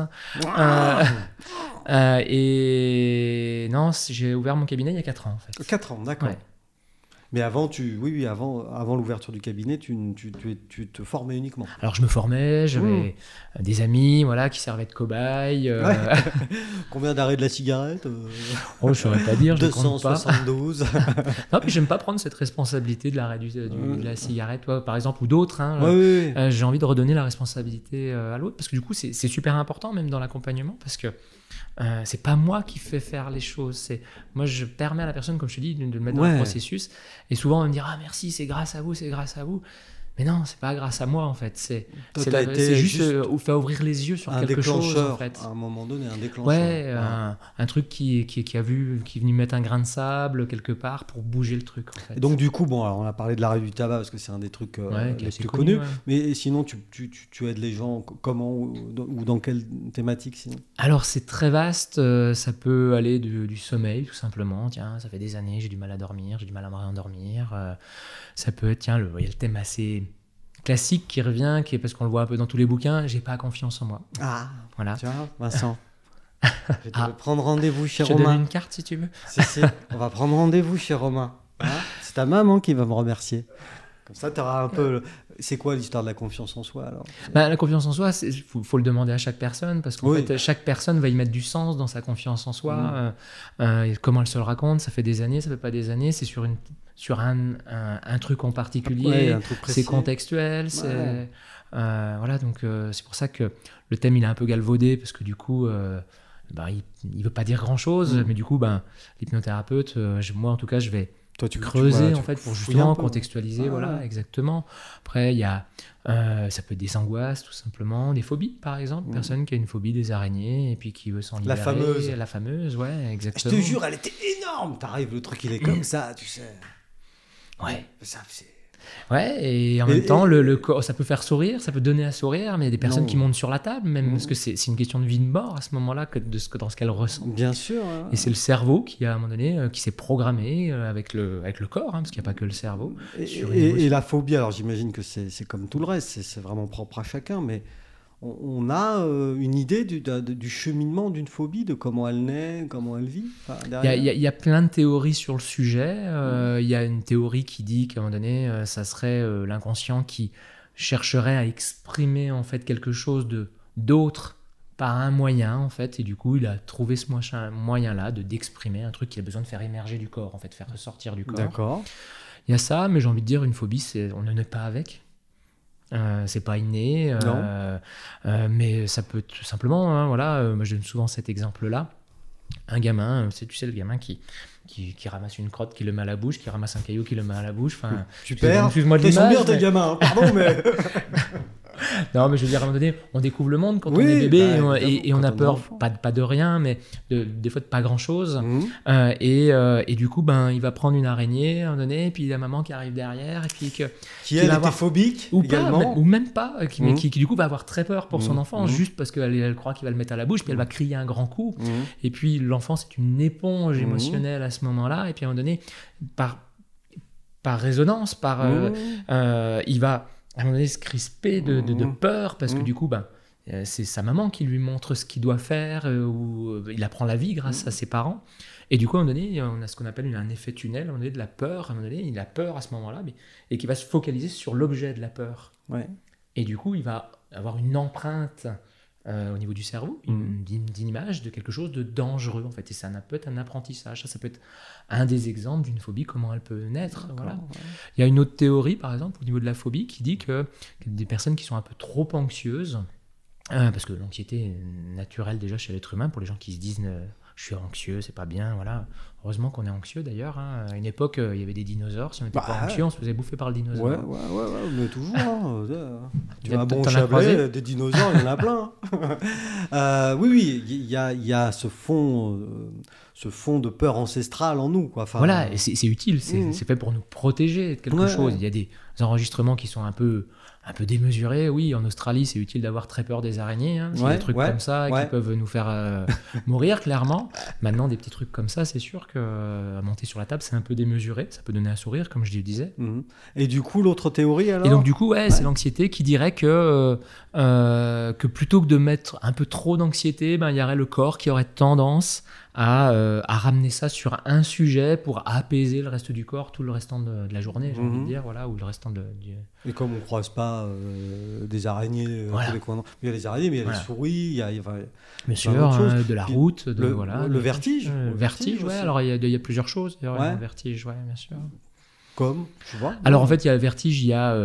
Et non, j'ai ouvert mon cabinet il y a 4 ans, en fait. 4 ans, d'accord. Ouais. Mais avant, avant l'ouverture du cabinet, tu te formais uniquement. Alors je me formais, j'avais des amis, voilà, qui servaient de cobayes. Combien d'arrêts de la cigarette? Oh, je saurais pas dire, je ne compte pas. 272. Non, puis j'aime pas prendre cette responsabilité de l'arrêt de la cigarette, toi, par exemple, ou d'autres. Hein. Oui. J'ai envie de redonner la responsabilité à l'autre, parce que du coup, c'est super important, même dans l'accompagnement, parce que c'est pas moi qui fais faire les choses. Moi, je permets à la personne, comme je te dis, de le mettre dans le processus. Et souvent, on va me dire, ah merci, c'est grâce à vous, c'est grâce à vous. Mais non, c'est pas grâce à moi, en fait. C'est juste faire ouvrir les yeux sur quelque chose, en fait. À un moment donné, un déclencheur. Ouais, un truc qui est venu mettre un grain de sable quelque part pour bouger le truc, en fait. Et donc, du coup, bon, alors, on a parlé de l'arrêt du tabac parce que c'est un des trucs les plus connus. Ouais. Mais sinon, tu aides les gens comment ou dans quelle thématique, sinon? Alors, c'est très vaste. Ça peut aller du sommeil, tout simplement. Tiens, ça fait des années, j'ai du mal à dormir, j'ai du mal à me réendormir. Ça peut être, tiens, il y a le thème assez classique qui revient, parce qu'on le voit un peu dans tous les bouquins, j'ai pas confiance en moi. Ah, voilà. Tu vois, Vincent, je vais te prendre rendez-vous chez Romain. Je te donne une carte si tu veux. Si, on va prendre rendez-vous chez Romain. C'est ta maman qui va me remercier. Comme ça, tu auras un peu... C'est quoi l'histoire de la confiance en soi, alors? La confiance en soi, faut le demander à chaque personne, parce qu'en fait, chaque personne va y mettre du sens dans sa confiance en soi. Comment elle se le raconte, ça fait des années, ça fait pas des années, c'est sur un truc en particulier, un truc c'est contextuel, voilà, donc c'est pour ça que le thème il est un peu galvaudé, parce que du coup il veut pas dire grand chose, mais du coup l'hypnothérapeute, moi en tout cas je vais creuser en fait pour justement contextualiser, voilà, exactement. Après il y a ça peut être des angoisses tout simplement, des phobies par exemple, une personne qui a une phobie des araignées et puis qui veut s'en libérer. La fameuse, ouais, exactement. Je te jure, elle était énorme. T'arrives, le truc il est comme ça, tu sais. Ouais. Ça, c'est... Ouais, et en même temps, le corps, ça peut faire sourire, ça peut donner à sourire, mais il y a des personnes qui montent sur la table, même parce que c'est une question de vie de mort à ce moment-là, dans ce qu'elles ressentent. Bien sûr. Hein. Et c'est le cerveau qui, à un moment donné, qui s'est programmé avec le corps, parce qu'il n'y a pas que le cerveau. Et la phobie, alors j'imagine que c'est comme tout le reste, c'est vraiment propre à chacun, mais on a une idée du cheminement d'une phobie, de comment elle naît, comment elle vit. Il y a plein de théories sur le sujet. Il y a une théorie qui dit qu'à un moment donné, ça serait l'inconscient qui chercherait à exprimer en fait quelque chose d'autre par un moyen, en fait, et du coup, il a trouvé ce moyen-là d'exprimer un truc qu'il a besoin de faire émerger du corps, en fait, faire ressortir du corps. D'accord. Il y a ça, mais j'ai envie de dire, une phobie, on ne naît pas avec. C'est pas inné, mais ça peut tout simplement, voilà, moi je donne souvent cet exemple-là. Un gamin, tu sais, le gamin qui ramasse une crotte, qui le met à la bouche, qui ramasse un caillou, qui le met à la bouche. Super, excuse-moi de ils sont l'image. bien tes gamins, pardon, mais... Non, mais je veux dire, à un moment donné, on découvre le monde quand on est bébé et on a peur, pas de rien, mais des fois de pas grand-chose. Et du coup, il va prendre une araignée à un moment donné, et puis la maman qui arrive derrière, et puis qui elle était phobique ou également, pas, ou même pas, qui du coup va avoir très peur pour son enfant, juste parce qu'elle croit qu'il va le mettre à la bouche, puis elle va crier un grand coup. Et puis l'enfant, c'est une éponge émotionnelle à ce moment-là, et puis à un moment donné, par résonance, il va à un moment donné se crisper de peur, parce que du coup, c'est sa maman qui lui montre ce qu'il doit faire, ou il apprend la vie grâce à ses parents. Et du coup, à un moment donné, on a ce qu'on appelle un effet tunnel, à un moment donné, de la peur. À un moment donné, il a peur à ce moment-là, et qui va se focaliser sur l'objet de la peur. Ouais. Et du coup, il va avoir une empreinte au niveau du cerveau, d'une image de quelque chose de dangereux, en fait. Et ça peut être un apprentissage. Ça peut être un des exemples d'une phobie, comment elle peut naître. Voilà. Ouais. Il y a une autre théorie, par exemple, au niveau de la phobie, qui dit que des personnes qui sont un peu trop anxieuses, parce que l'anxiété est naturelle déjà chez l'être humain, pour les gens qui se disent je suis anxieux, c'est pas bien, voilà. Heureusement qu'on est anxieux d'ailleurs. À une époque, il y avait des dinosaures. Si on n'était pas anxieux, on se faisait bouffer par le dinosaure. Ouais, mais toujours. Tu as un bon T'en as Chablais, croisé des dinosaures, il y en a plein. Oui, il y a ce fond de peur ancestrale en nous, quoi. Enfin, voilà, et c'est utile, c'est fait pour nous protéger de quelque chose. Il y a des enregistrements qui sont un peu démesurés. Oui, en Australie, c'est utile d'avoir très peur des araignées. Hein, des trucs comme ça qui peuvent nous faire mourir, clairement. Maintenant, des petits trucs comme ça, c'est sûr qu'à monter sur la table, c'est un peu démesuré. Ça peut donner un sourire, comme je disais. Et du coup, l'autre théorie, alors ? Et donc, du coup, c'est l'anxiété qui dirait que plutôt que de mettre un peu trop d'anxiété, il y aurait le corps qui aurait tendance à ramener ça sur un sujet pour apaiser le reste du corps tout le restant de la journée, j'ai envie de dire, voilà, ou le restant du... Et comme on ne croise pas des araignées, tous les coins, il y a les araignées, mais il y a les souris, il y a bien sûr, de la route, le vertige. Le vertige, ouais. Alors il y a plusieurs choses. Il y a le vertige, ouais, bien sûr. Comme, tu vois. Alors en fait, il y a le vertige, il y a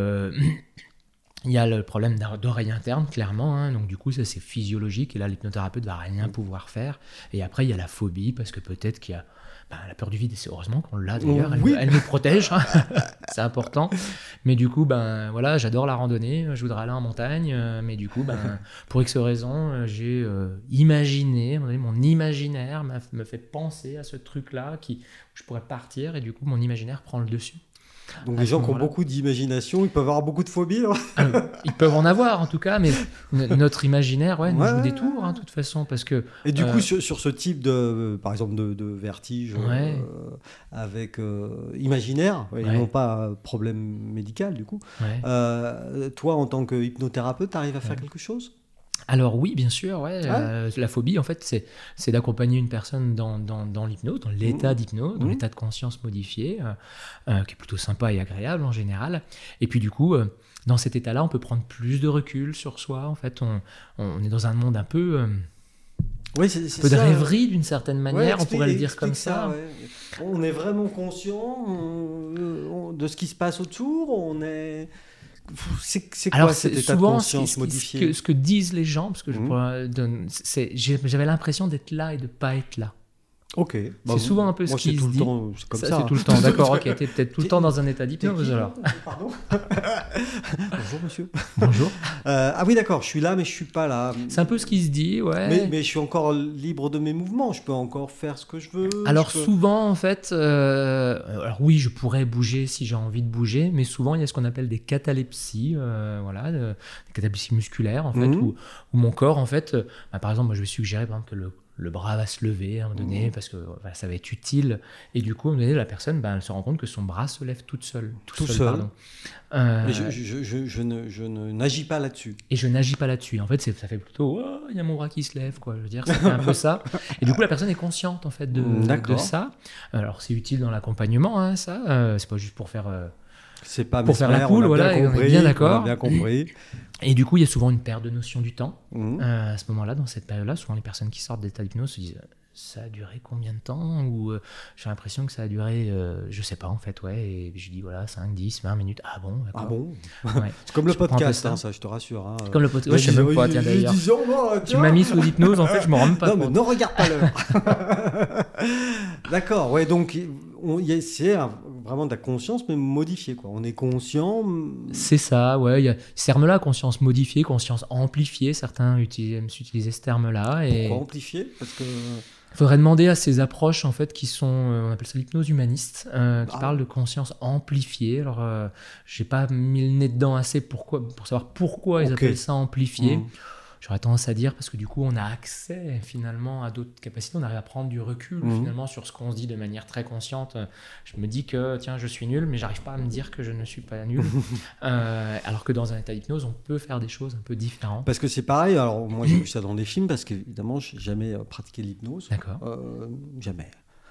le problème d'oreille interne, clairement. Hein, donc du coup, ça c'est physiologique. Et là, l'hypnothérapeute va rien pouvoir faire. Et après, il y a la phobie, parce que peut-être qu'il y a la peur du vide. Et c'est heureusement qu'on l'a d'ailleurs. Elle nous protège. Hein, c'est important. Mais du coup, voilà, j'adore la randonnée. Je voudrais aller en montagne. Mais du coup, pour X raisons, j'ai imaginé. Mon imaginaire me fait penser à ce truc-là où je pourrais partir. Et du coup, mon imaginaire prend le dessus. Donc les gens qui ont beaucoup d'imagination, ils peuvent avoir beaucoup de phobies. Ils peuvent en avoir en tout cas, mais notre imaginaire nous joue des tours, de toute façon. Parce que, et du coup, sur ce type par exemple de vertige avec imaginaire, et non pas problème médical du coup, toi en tant que hypnothérapeute, tu arrives à faire quelque chose ? Alors oui, bien sûr, la phobie, en fait, c'est d'accompagner une personne dans l'hypnose, dans l'état d'hypnose, dans l'état de conscience modifié, qui est plutôt sympa et agréable en général. Et puis du coup, dans cet état-là, on peut prendre plus de recul sur soi. En fait, on est dans un monde un peu... c'est peu de rêverie d'une certaine manière, on pourrait le dire comme ça. On est vraiment conscient de ce qui se passe autour, on est... C'est quoi alors, cet état de conscience modifié ? Ce que disent les gens, parce que j'avais l'impression d'être là et de ne pas être là. Ok. C'est souvent un peu ce qui se dit. C'est comme ça. C'est tout le temps, d'accord. Ok, t'es peut-être tout le temps dans un état d'hypnose alors. Pardon. Bonjour monsieur. Bonjour. Ah oui, d'accord, je suis là mais je suis pas là. C'est un peu ce qui se dit, ouais. Mais je suis encore libre de mes mouvements, je peux encore faire ce que je veux. Alors souvent en fait, alors oui, je pourrais bouger si j'ai envie de bouger, mais souvent il y a ce qu'on appelle des catalepsies, des catalepsies musculaires en fait, où mon corps en fait, par exemple, moi je vais suggérer par exemple que le bras va se lever à un moment donné parce que ça va être utile, et du coup à un moment donné la personne elle se rend compte que son bras se lève tout seul. Pardon. Mais je n'agis pas là-dessus. Et je n'agis pas là-dessus. En fait, ça fait plutôt il y a mon bras qui se lève, quoi. Je veux dire, ça fait un peu ça. Et du coup, la personne est consciente en fait de ça. Alors, c'est utile dans l'accompagnement, ça. C'est pas juste pour faire. C'est pas pour faire la poule, on est bien d'accord. On a bien compris. Et du coup, il y a souvent une perte de notion du temps. À ce moment-là, dans cette période-là, souvent les personnes qui sortent d'état d'hypnose se disent ça a duré combien de temps ? Ou j'ai l'impression que ça a duré, je sais pas en fait, et je dis 5, 10, 20 minutes. Ah bon, d'accord. Ah bon C'est comme le podcast, ça, je te rassure. C'est comme le podcast. Je sais même pas, tiens d'ailleurs. Tu m'as mis sous hypnose, en fait, je me rends même pas compte. Non, mais ne regarde pas l'heure. D'accord, donc c'est vraiment de la conscience, mais modifiée, quoi. On est conscient. C'est ça, il y a ce terme-là, conscience modifiée, conscience amplifiée. Certains aiment utiliser ce terme-là. Pourquoi amplifiée ? Parce que... Il faudrait demander à ces approches en fait qui sont, on appelle ça l'hypnose humaniste, qui parle de conscience amplifiée. Alors, j'ai pas mis le nez dedans assez pour savoir pourquoi ils appellent ça amplifié. j'aurais tendance à dire, parce que du coup, on a accès finalement à d'autres capacités, on arrive à prendre du recul finalement sur ce qu'on se dit de manière très consciente. Je me dis que, tiens, je suis nul, mais j'arrive pas à me dire que je ne suis pas nul. Alors que dans un état d'hypnose, on peut faire des choses un peu différentes. Parce que c'est pareil, alors moi j'ai vu ça dans des films, parce qu'évidemment, j'ai jamais pratiqué l'hypnose. D'accord. Jamais.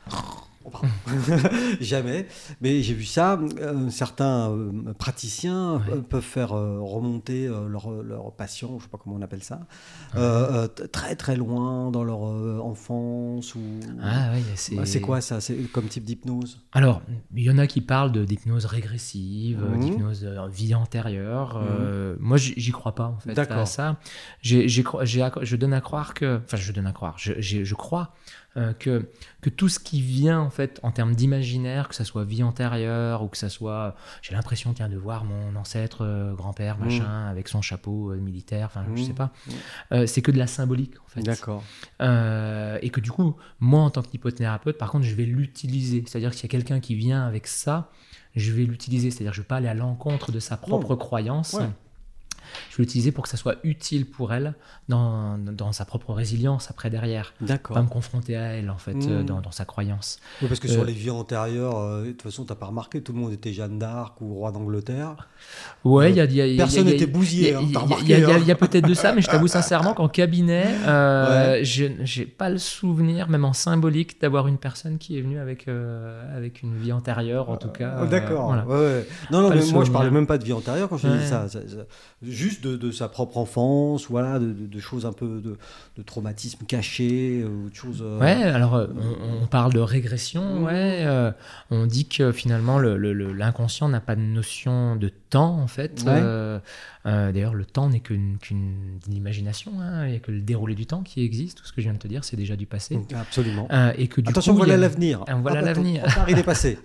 Jamais, mais j'ai vu ça. Certains praticiens peuvent faire remonter leur patient, je ne sais pas comment on appelle ça, très très loin dans leur enfance. C'est quoi ça? C'est comme type d'hypnose? Alors, il y en a qui parlent d'hypnose régressive, d'hypnose vie antérieure. Moi, j'y crois pas en fait. D'accord. À ça. Je donne à croire que, enfin, je crois que tout ce qui vient en fait en termes d'imaginaire, que ça soit vie antérieure ou que ça soit, j'ai l'impression de voir mon ancêtre grand-père machin avec son chapeau militaire, enfin je sais pas, c'est que de la symbolique en fait. D'accord. Et que du coup, moi en tant que hypnothérapeute, par contre, je vais l'utiliser. C'est-à-dire que s'il y a quelqu'un qui vient avec ça, je vais l'utiliser. C'est-à-dire que je vais pas aller à l'encontre de sa propre croyance. Ouais. Je vais l'utiliser pour que ça soit utile pour elle dans sa propre résilience après derrière. D'accord. Pas me confronter à elle en fait dans sa croyance. Oui, parce que sur les vies antérieures, de toute façon, t'as pas remarqué, tout le monde était Jeanne d'Arc ou roi d'Angleterre. Ouais, personne n'était bousillé. Il y a peut-être de ça, mais je t'avoue sincèrement qu'en cabinet, j'ai pas le souvenir, même en symbolique, d'avoir une personne qui est venue avec une vie antérieure, en tout cas. D'accord. Voilà. Ouais. Non, mais moi je parlais même pas de vie antérieure quand je dis ça. Juste de sa propre enfance, voilà, de choses un peu de traumatisme caché, ou de choses. Ouais, alors on parle de régression, on dit que finalement l'inconscient n'a pas de notion de temps en fait. D'ailleurs, le temps n'est qu'une imagination, il n'y a que le déroulé du temps qui existe. Tout ce que je viens de te dire, c'est déjà du passé. Absolument. Et que attention, voilà l'avenir. Voilà l'avenir. Il est passé.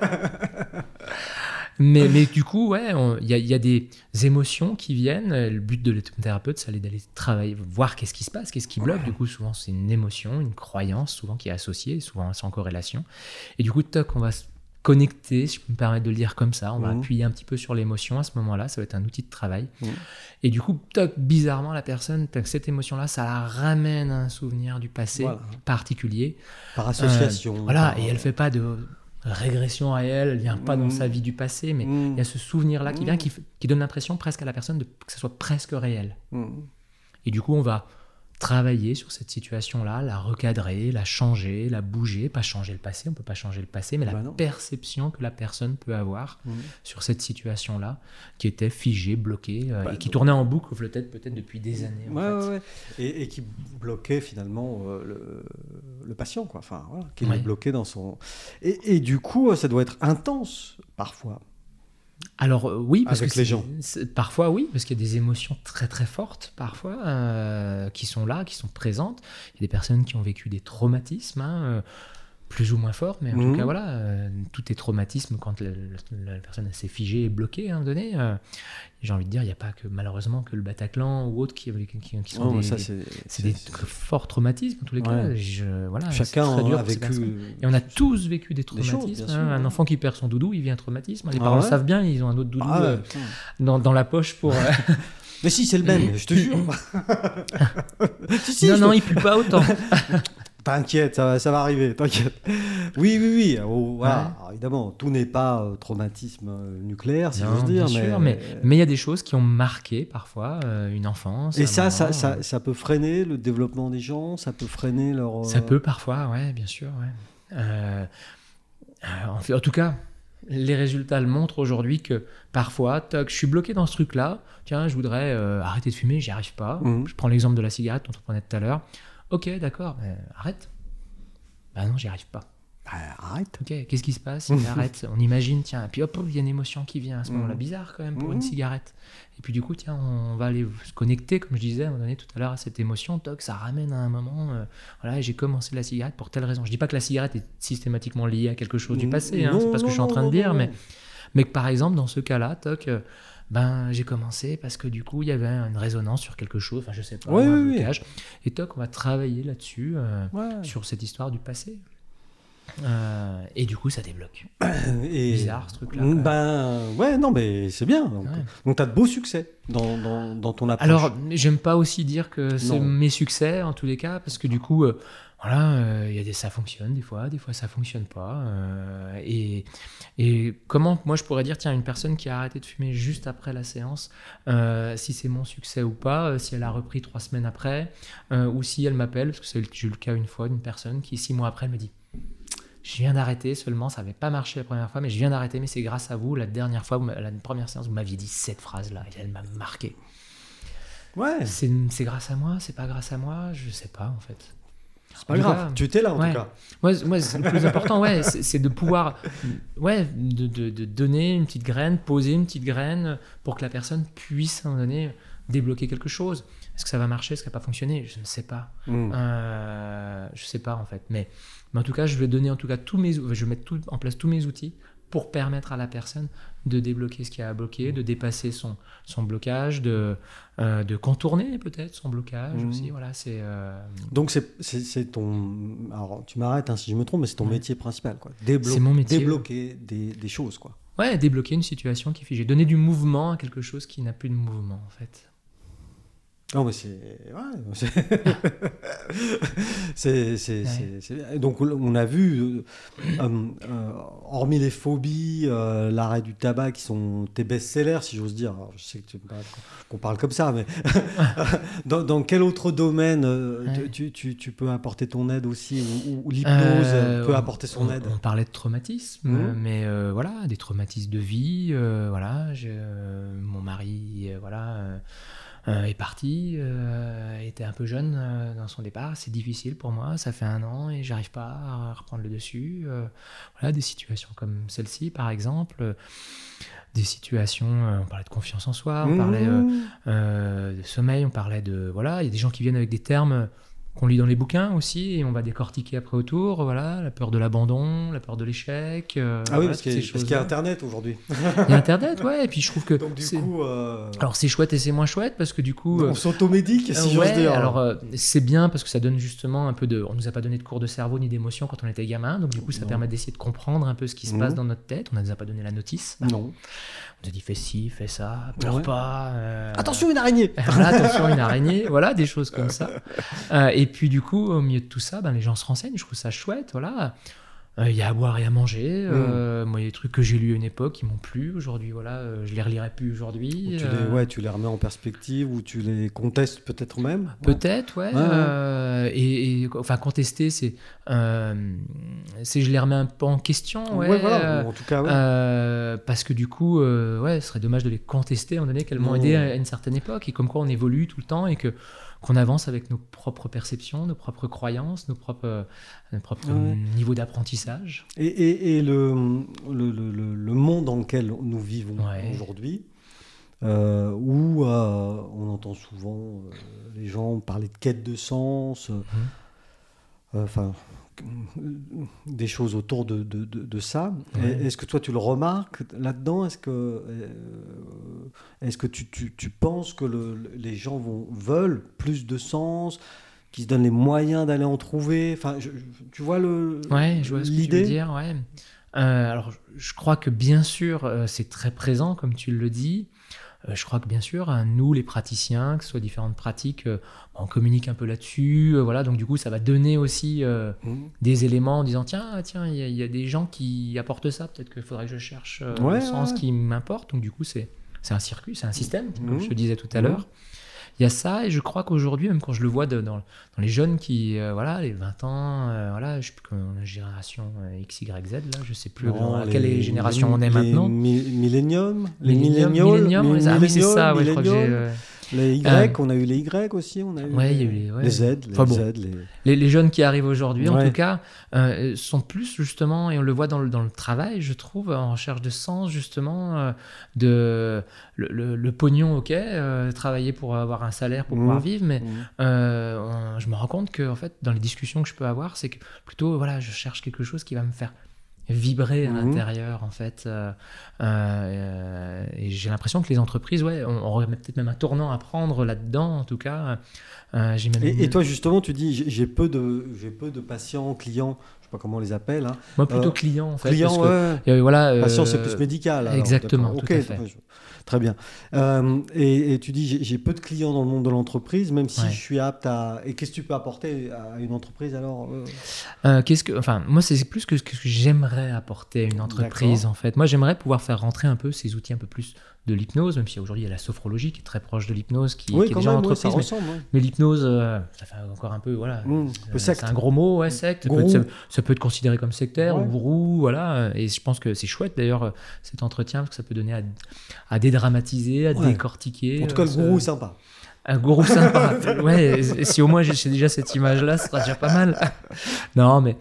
Mais du coup, il y a des émotions qui viennent. Le but de l'hypnothérapeute, c'est d'aller travailler, voir qu'est-ce qui se passe, qu'est-ce qui bloque. Du coup, souvent, c'est une émotion, une croyance, souvent qui est associée, souvent sans corrélation. Et du coup, on va se connecter, si je peux me permettre de le dire comme ça. On va appuyer un petit peu sur l'émotion à ce moment-là. Ça va être un outil de travail. Et du coup, bizarrement, la personne, cette émotion-là, ça la ramène à un souvenir du passé particulier. Par association. Et elle ne fait pas de régression réelle, elle ne vient pas dans sa vie du passé, mais il y a ce souvenir-là qui vient, qui donne l'impression presque à la personne que ça soit presque réel. Et du coup, on va travailler sur cette situation-là, la recadrer, la changer, la bouger, pas changer le passé, on ne peut pas changer le passé, mais la perception que la personne peut avoir sur cette situation-là, qui était figée, bloquée, et qui tournait en boucle peut-être depuis des années. Et qui bloquait finalement le patient, quoi. Enfin, voilà, qui le bloquait dans son... Et du coup, ça doit être intense, parfois. Alors oui, parce avec que les gens. Parfois oui, parce qu'il y a des émotions très très fortes parfois qui sont là, qui sont présentes. Il y a des personnes qui ont vécu des traumatismes, plus ou moins forts, mais en tout cas voilà, tout est traumatisme quand la personne s'est figée et bloquée à un moment donné. J'ai envie de dire, il n'y a pas que malheureusement que le Bataclan ou autres qui sont des forts traumatismes en tous les cas. Chacun a vécu. Et on a tous vécu des traumatismes. Un enfant qui perd son doudou, il vit un traumatisme. Les parents le savent bien, ils ont un autre doudou dans la poche pour. Mais si, c'est le même, je te jure. Non, il pue pas autant. T'inquiète, ça va arriver, t'inquiète. Oui. Voilà. Alors, évidemment, tout n'est pas traumatisme nucléaire, si j'ose dire. Bien sûr, mais il y a des choses qui ont marqué parfois une enfance. Et ça peut freiner le développement des gens, ça peut freiner leur... Ça peut parfois, bien sûr. En tout cas, les résultats le montrent aujourd'hui que parfois, je suis bloqué dans ce truc-là. Tiens, je voudrais arrêter de fumer, j'y arrive pas. Je prends l'exemple de la cigarette dont on prenait tout à l'heure. Ok, d'accord, mais arrête. Bah non, j'y arrive pas. Arrête. Ok, qu'est-ce qui se passe? Arrête. On imagine, tiens, et puis hop, il y a une émotion qui vient à ce moment-là, bizarre quand même pour une cigarette. Et puis du coup, tiens, on va aller se connecter, comme je disais à un moment donné tout à l'heure, à cette émotion. Toc, ça ramène à un moment. J'ai commencé la cigarette pour telle raison. Je dis pas que la cigarette est systématiquement liée à quelque chose du passé, c'est pas ce que je suis en train de dire, mais que par exemple, dans ce cas-là, toc. J'ai commencé parce que du coup il y avait une résonance sur quelque chose, enfin je sais pas, un blocage. Et toc, on va travailler là-dessus sur cette histoire du passé. Et du coup, ça débloque. Et... Bizarre, ce truc-là. Ouais, non, mais c'est bien. Donc, Ouais. tu as de beaux succès dans ton approche. Alors, j'aime pas aussi dire que c'est Non. mes succès, en tous les cas, parce que du coup, ça fonctionne des fois ça fonctionne pas. Et comment, moi, je pourrais dire, tiens, une personne qui a arrêté de fumer juste après la séance, si c'est mon succès ou pas, si elle a repris 3 semaines après, ou si elle m'appelle, parce que j'ai eu le cas une fois d'une personne qui, 6 mois après, elle me dit: je viens d'arrêter seulement, ça n'avait pas marché la première fois, mais je viens d'arrêter, mais c'est grâce à vous. La dernière fois, la première séance, vous m'aviez dit cette phrase-là, et elle m'a marqué. Ouais, C'est grâce à moi, c'est pas grâce à moi, je sais pas en fait. c'est pas grave. Tu étais là en Ouais. tout cas. Moi, c'est le plus important, c'est de pouvoir, de donner une petite graine, poser une petite graine pour que la personne puisse à un moment donné débloquer quelque chose. Est-ce que ça va marcher, est-ce que ça va pas fonctionner? Je ne sais pas. Je sais pas en fait, mais en tout cas, je vais donner en tout cas je vais mettre en place tous mes outils pour permettre à la personne de débloquer ce qui a bloqué, de dépasser son blocage, de contourner peut-être son blocage aussi. Voilà, Donc c'est ton... Alors tu m'arrêtes si je me trompe, mais c'est ton métier principal, quoi. C'est mon métier. Débloquer des choses, quoi. Ouais, débloquer une situation qui est figée, donner du mouvement à quelque chose qui n'a plus de mouvement en fait. Non, mais c'est... Donc, on a vu, hormis les phobies, l'arrêt du tabac, qui sont tes best-sellers, si j'ose dire. Alors, je sais que qu'on parle comme ça, mais dans quel autre domaine tu peux apporter ton aide aussi, ou l'hypnose peut apporter son aide? On parlait de traumatisme, mais voilà, des traumatismes de vie. Mon mari, est parti, était un peu jeune dans son départ. C'est difficile pour moi, ça fait 1 an et j'arrive pas à reprendre le dessus. Voilà, des situations comme celle-ci, par exemple. Des situations, on parlait de confiance en soi, on parlait de sommeil, on parlait de... Voilà, il y a des gens qui viennent avec des termes qu'on lit dans les bouquins aussi, et on va décortiquer après autour, voilà, la peur de l'abandon, la peur de l'échec. Oui, parce qu'il y a Internet aujourd'hui. Il y a Internet, ouais, et puis je trouve que... Donc du coup... Alors c'est chouette et c'est moins chouette, parce que du coup... on s'automédique, si j'ose dire. Alors c'est bien, parce que ça donne justement un peu de... On nous a pas donné de cours de cerveau ni d'émotion quand on était gamin, donc du coup ça permet d'essayer de comprendre un peu ce qui se passe dans notre tête. On nous a pas donné la notice. Non. On nous a dit fais ci, fais ça, pleure pas. Attention, une araignée. Voilà, attention, une araignée. Voilà, des choses comme ça. Et puis du coup, au milieu de tout ça, les gens se renseignent. Je trouve ça chouette. Voilà. Il y a à boire et à manger. Moi, il y a des trucs que j'ai lus à une époque qui m'ont plu. Aujourd'hui, voilà, je les relirai plus aujourd'hui. Tu les remets en perspective, ou tu les contestes peut-être même. Peut-être, ouais. Enfin, contester, c'est je les remets un peu en question. Ouais, voilà. En tout cas, ouais. Parce que du coup, ce serait dommage de les contester, étant donné qu'elles m'ont aidé à une certaine époque, et comme quoi on évolue tout le temps, et qu'on avance avec nos propres perceptions, nos propres croyances, nos propres niveaux d'apprentissage. Et le monde dans lequel nous vivons aujourd'hui, où on entend souvent les gens parler de quête de sens, des choses autour de ça. Est-ce que toi tu le remarques là-dedans? Est-ce que tu penses que les gens veulent plus de sens, qu'ils se donnent les moyens d'aller en trouver? Enfin, tu vois je vois ce que tu veux dire. Ouais. Alors, je crois que bien sûr, c'est très présent, comme tu le dis. Je crois que bien sûr, nous, les praticiens, que ce soit différentes pratiques, on communique un peu là-dessus. Voilà, donc du coup, ça va donner aussi des éléments en disant tiens, il y a des gens qui apportent ça. Peut-être qu'il faudrait que je cherche le sens qui m'importe. Donc du coup, c'est un circuit, c'est un système, comme je te disais tout à l'heure. Il y a ça, et je crois qu'aujourd'hui, même quand je le vois dans les jeunes qui, les 20 ans, je sais plus la génération X, Y, Z, là, je sais plus quelle génération on est maintenant. Millennium, les milléniums, oui, c'est ça, je crois que j'ai... Les Y, on a eu les Y aussi, on a eu il y a eu les Z, les jeunes qui arrivent aujourd'hui, en tout cas, sont plus justement, et on le voit dans le travail, je trouve, en recherche de sens, justement, le pognon, travailler pour avoir un salaire pour pouvoir vivre, mais je me rends compte que, en fait, dans les discussions que je peux avoir, c'est que plutôt, je cherche quelque chose qui va me faire vibrer à l'intérieur, en fait. Et j'ai l'impression que les entreprises, on aurait peut-être même un tournant à prendre là-dedans, en tout cas. Et toi, justement, tu dis, j'ai peu de patients, clients, sais pas comment on les appelle. Hein. Moi, plutôt client, en fait. Client, parce que, voilà, patient, c'est plus médical. Alors, exactement, d'accord. tout à fait. Très bien. Et tu dis, j'ai peu de clients dans le monde de l'entreprise, même si je suis apte à... Et qu'est-ce que tu peux apporter à une entreprise alors moi, c'est plus que ce que j'aimerais apporter à une entreprise, en fait. Moi, j'aimerais pouvoir faire rentrer un peu ces outils un peu plus de l'hypnose, même si aujourd'hui il y a la sophrologie qui est très proche de l'hypnose, qui est déjà en entreprise. Mais l'hypnose, ça fait encore un peu, voilà, c'est un gros mot, secte. Ça peut être considéré comme sectaire ou gourou, voilà. Et je pense que c'est chouette d'ailleurs cet entretien parce que ça peut donner à dédramatiser, à décortiquer. En tout cas, le gourou est sympa. Un gourou sympa. Ouais, si au moins j'ai déjà cette image-là, ce sera déjà pas mal. Non, mais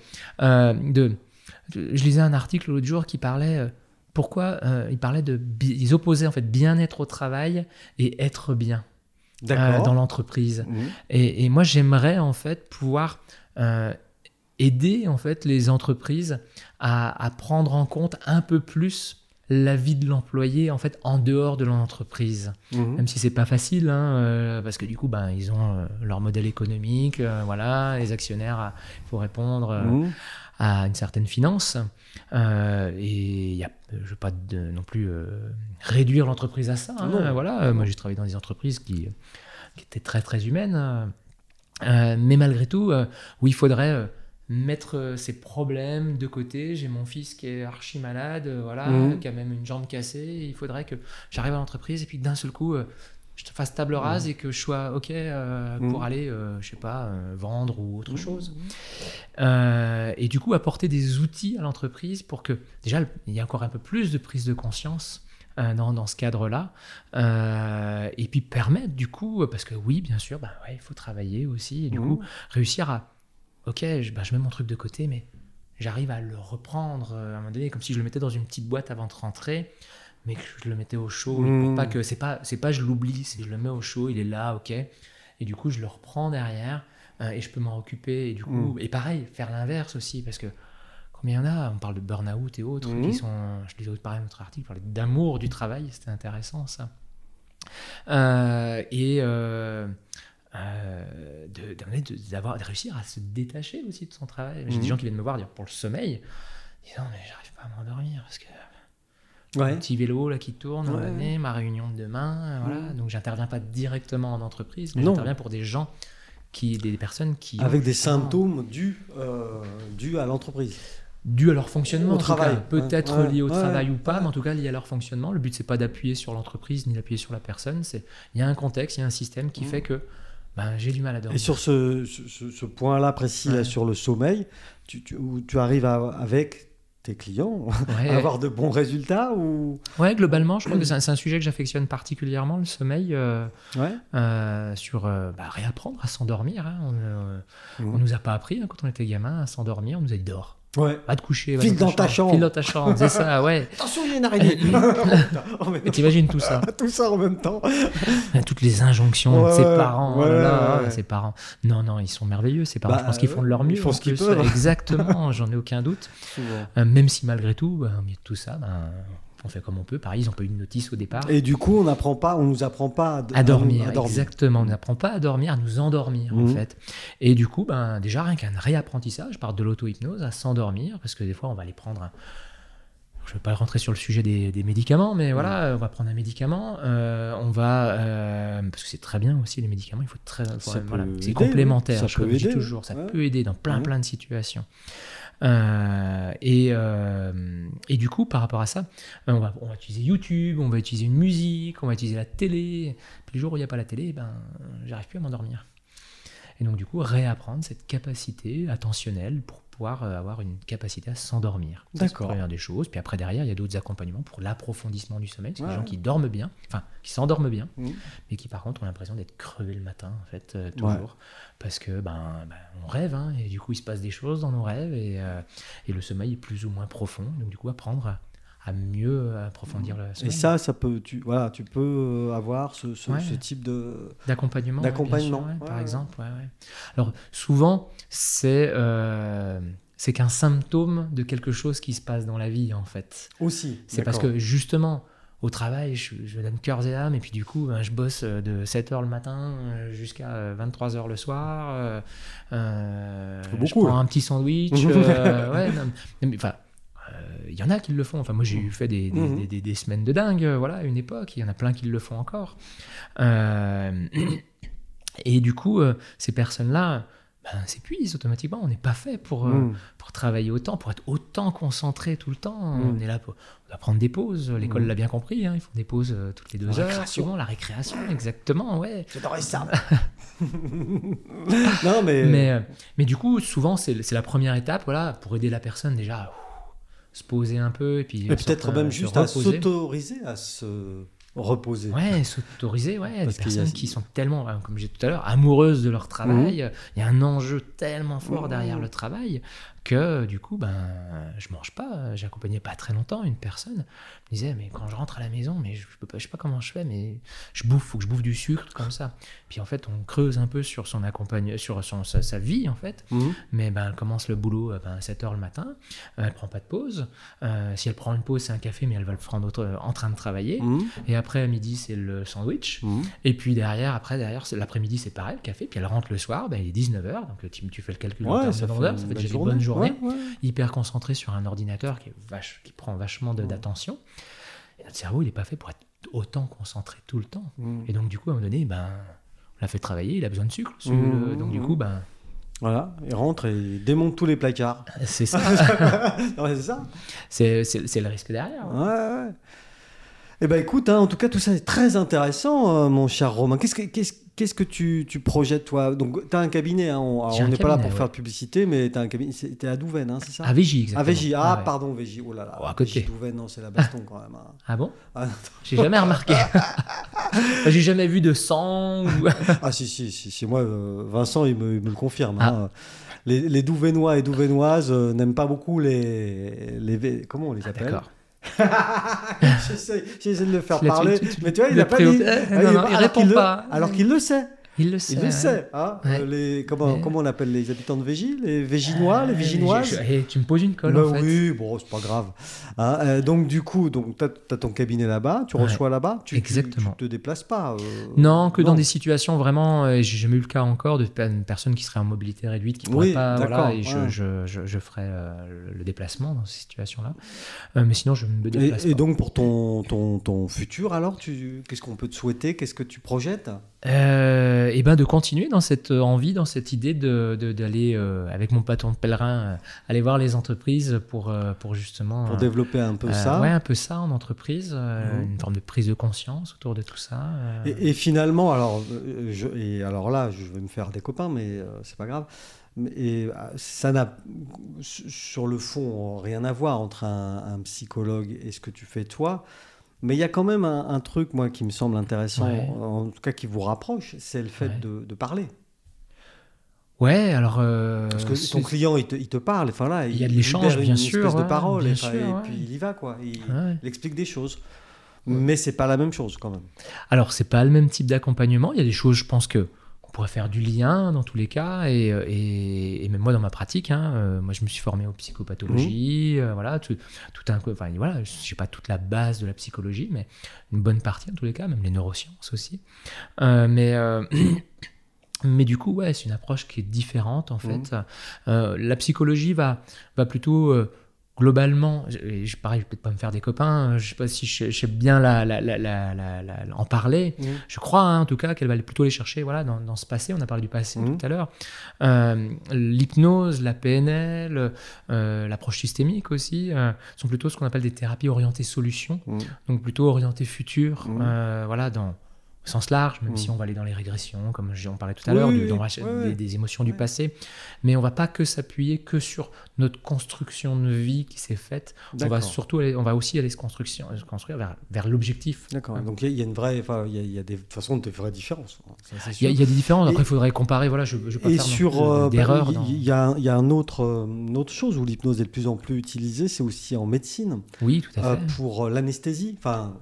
je lisais un article l'autre jour qui parlait. Pourquoi ils parlaient ils opposaient en fait bien-être au travail et être bien dans l'entreprise. Et moi j'aimerais en fait pouvoir aider en fait les entreprises à prendre en compte un peu plus la vie de l'employé en fait en dehors de l'entreprise, même si c'est pas facile, parce que du coup ils ont leur modèle économique, voilà, les actionnaires, il faut répondre à une certaine finance, et je veux pas non plus réduire l'entreprise à ça, voilà. Moi j'ai travaillé dans des entreprises qui étaient très très humaines, mais malgré tout où il faudrait mettre ses problèmes de côté. J'ai mon fils qui est archi malade, qui a même une jambe cassée. Il faudrait que j'arrive à l'entreprise et puis que d'un seul coup, je te fasse table rase et que je sois OK pour aller, je sais pas, vendre ou autre chose. Et du coup, apporter des outils à l'entreprise pour que, déjà, il y ait encore un peu plus de prise de conscience dans ce cadre-là. Et puis permettre, du coup, parce que oui, bien sûr, il faut travailler aussi. Et du coup, réussir à OK, je mets mon truc de côté, mais j'arrive à le reprendre à un moment donné, comme si je le mettais dans une petite boîte avant de rentrer, mais que je le mettais au chaud, pour pas que c'est pas je l'oublie, c'est je le mets au chaud, il est là, OK, et du coup je le reprends derrière et je peux m'en occuper, et du coup et pareil, faire l'inverse aussi, parce que combien il y en a, on parle de burn-out et autres qui sont, je lisais pareil dans notre article, parlait d'amour du travail, c'était intéressant ça, de réussir à se détacher aussi de son travail. J'ai des gens qui viennent me voir dire pour le sommeil, ils disent non mais j'arrive pas à m'endormir parce que mon petit vélo là qui tourne, ma réunion de demain, voilà. Donc j'interviens pas directement en entreprise, mais j'interviens pour des gens des personnes qui avec des symptômes dus à l'entreprise. Dû à leur fonctionnement, au travail. Peut-être lié au travail ou pas, mais en tout cas lié à leur fonctionnement. Le but, c'est pas d'appuyer sur l'entreprise ni d'appuyer sur la personne. Il y a un contexte, il y a un système qui fait que j'ai du mal à dormir. Et sur ce point-là précis, là, sur le sommeil, tu arrives avec tes clients à avoir de bons résultats ou... Ouais, globalement, je crois que c'est un sujet que j'affectionne particulièrement, le sommeil, sur réapprendre à s'endormir. On nous a pas appris quand on était gamin à s'endormir, on nous a dit dors. Ouais. Va te coucher. File dans ta chambre. File dans ta chambre, c'est ça, ouais. Attention, il y a une araignée. Mais t'imagines tout ça. Tout ça en même temps. Toutes les injonctions de ses parents. Ses parents. Non, ils sont merveilleux, ces parents. Je pense qu'ils font de leur mieux. Ils font ce qu'ils peuvent. Exactement, j'en ai aucun doute. Même si malgré tout, au milieu de tout ça, on fait comme on peut. Pareil, ils n'ont pas eu de notice au départ. Et du coup, on nous apprend pas à dormir. Exactement, on n'apprend pas à dormir, à nous endormir en fait. Et du coup, déjà rien qu'un réapprentissage, je parle de l'auto-hypnose, à s'endormir, parce que des fois, on va aller prendre je ne vais pas rentrer sur le sujet des médicaments, mais voilà, on va prendre un médicament, on va parce que c'est très bien aussi les médicaments, il faut c'est complémentaire. Ça peut aider. Toujours, ça peut aider dans plein de situations. Et du coup, par rapport à ça, on va utiliser YouTube, on va utiliser une musique, on va utiliser la télé. Puis le jour où il n'y a pas la télé, j'arrive plus à m'endormir. Et donc du coup, réapprendre cette capacité attentionnelle pour pouvoir avoir une capacité à s'endormir. D'accord. C'est la première des choses. Puis après, derrière, il y a d'autres accompagnements pour l'approfondissement du sommeil. C'est des gens qui dorment bien, qui s'endorment bien, mais qui par contre ont l'impression d'être crevés le matin, en fait, toujours. Parce que on rêve, et du coup, il se passe des choses dans nos rêves, et le sommeil est plus ou moins profond. Donc du coup, apprendre à mieux approfondir le sommeil. Et ça peut, tu peux avoir ce type d'accompagnement, par exemple. Ouais. Alors souvent, c'est qu'un symptôme de quelque chose qui se passe dans la vie, en fait. Aussi. C'est parce que justement, au travail, je donne cœur et âme, et puis du coup, ben, je bosse de 7h le matin jusqu'à 23h le soir. Je prends un petit sandwich. Ouais, non, mais, enfin, il y en a qui le font. Enfin, moi, j'ai fait des semaines de dingue, voilà, à une époque. Il y en a plein qui le font encore. Et du coup, ces personnes-là s'épuisent automatiquement. On n'est pas fait pour travailler autant, pour être autant concentré tout le temps. On est là on doit prendre des pauses. L'école l'a bien compris. Hein, ils font des pauses toutes les 2 heures. Souvent, la récréation, exactement. Ouais. J'adorais ça. Non, mais du coup, souvent, c'est la première étape, voilà, pour aider la personne déjà se poser un peu. Et puis peut-être même juste à s'autoriser à se reposer. Ouais, s'autoriser, ouais. Des personnes qui sont tellement, comme j'ai dit tout à l'heure, amoureuses de leur travail. Il y a un enjeu tellement fort derrière le travail que du coup, je mange pas. J'accompagnais pas très longtemps une personne. Je me disais, mais quand je rentre à la maison, mais je peux pas, je sais pas comment je fais, mais faut que je bouffe du sucre comme ça. Puis en fait, on creuse un peu sur son sa vie en fait. Mais elle commence le boulot à 7h le matin. Elle prend pas de pause. Si elle prend une pause, c'est un café, mais elle va le prendre en train de travailler. Et après, à midi, c'est le sandwich. Et puis derrière, l'après-midi, c'est pareil, le café. Puis elle rentre le soir, il est 19h. Donc tu fais le calcul en termes de nombre d'heures. Ça fait déjà une bonne journée. Hyper concentré sur un ordinateur qui prend vachement d'attention. Et notre cerveau, il n'est pas fait pour être autant concentré tout le temps. Et donc, du coup, à un moment donné, on l'a fait travailler, il a besoin de sucre. Donc, du coup, voilà, il rentre et il démonte tous les placards. C'est ça. Ouais, c'est ça. C'est le risque derrière. Ouais. Eh ben écoute, en tout cas, tout ça est très intéressant, mon cher Romain. Qu'est-ce que tu projettes, toi? Donc, tu as un cabinet, on n'est pas là pour faire de publicité, mais tu as un cabinet. Tu es à Douvaine, c'est ça? À Végy, exactement. À Végy, pardon, Végy. Oh là là. À côté. Douvaine, non, c'est la baston quand même. Ah bon? J'ai jamais remarqué. J'ai jamais vu de sang. Si, moi, Vincent, il me le confirme. Les Douvainois et Douvainoises n'aiment pas beaucoup les comment on les appelle? D'accord. J'essaie de le faire parler, mais tu vois, il n'a pas dit. Il répond pas. Alors qu'il le sait. Il le sait. Comment on appelle les habitants de Végy? Les Véginois, les Véginoises? Tu me poses une colle, en fait. Oui, bon, c'est pas grave. Donc, du coup, tu as ton cabinet là-bas, tu reçois là-bas, exactement. Tu te déplaces pas. Non, dans des situations vraiment. J'ai jamais eu le cas encore de personnes qui seraient en mobilité réduite, qui pourraient pas. Voilà, et je ferai le déplacement dans ces situations-là. Mais sinon, je ne me déplace pas. Et donc, pour ton futur, alors, qu'est-ce qu'on peut te souhaiter? Qu'est-ce que tu projettes? Et de continuer dans cette envie, dans cette idée d'aller avec mon bâton de pèlerin, aller voir les entreprises pour justement pour développer un peu ça. Ouais, un peu ça en entreprise, une forme de prise de conscience autour de tout ça. Et finalement, alors là, je vais me faire des copains, mais c'est pas grave. Et ça n'a, sur le fond, rien à voir entre un psychologue et ce que tu fais toi. Mais il y a quand même un truc, moi, qui me semble intéressant, en tout cas qui vous rapproche, c'est le fait de parler. Ouais, alors... Parce que ton client, il te parle, enfin là, il y a de l'échange, bien sûr. Une espèce de parole, et sûr, puis il y va, quoi. Il explique des choses. Mais c'est pas la même chose, quand même. Alors, c'est pas le même type d'accompagnement. Il y a des choses, je pense qu'on pourrait faire du lien dans tous les cas, et même moi dans ma pratique, moi je me suis formé aux psychopathologies, voilà, enfin voilà, je sais pas toute la base de la psychologie, mais une bonne partie en tous les cas, même les neurosciences aussi, mais du coup c'est une approche qui est différente en fait. La psychologie va plutôt globalement, pareil, je vais peut-être pas me faire des copains, je sais pas si je sais bien en parler. Je crois en tout cas qu'elle va plutôt les chercher dans ce passé. On a parlé du passé tout à l'heure. L'hypnose, la PNL, l'approche systémique aussi, sont plutôt ce qu'on appelle des thérapies orientées solutions, donc plutôt orientées futur, dans au sens large, même si on va aller dans les régressions, comme on parlait tout à l'heure, des émotions du passé. Mais on ne va pas que s'appuyer que sur notre construction de vie qui s'est faite. On va aussi aller se construire vers l'objectif. D'accord. Donc il y a une vraie, il y a de toute façon des vraies différences. Il y a des différences. Après, il faudrait comparer. Voilà, je ne veux pas faire d'erreur. Il y a une autre chose où l'hypnose est de plus en plus utilisée, c'est aussi en médecine. Oui, tout à fait. Pour l'anesthésie. Enfin,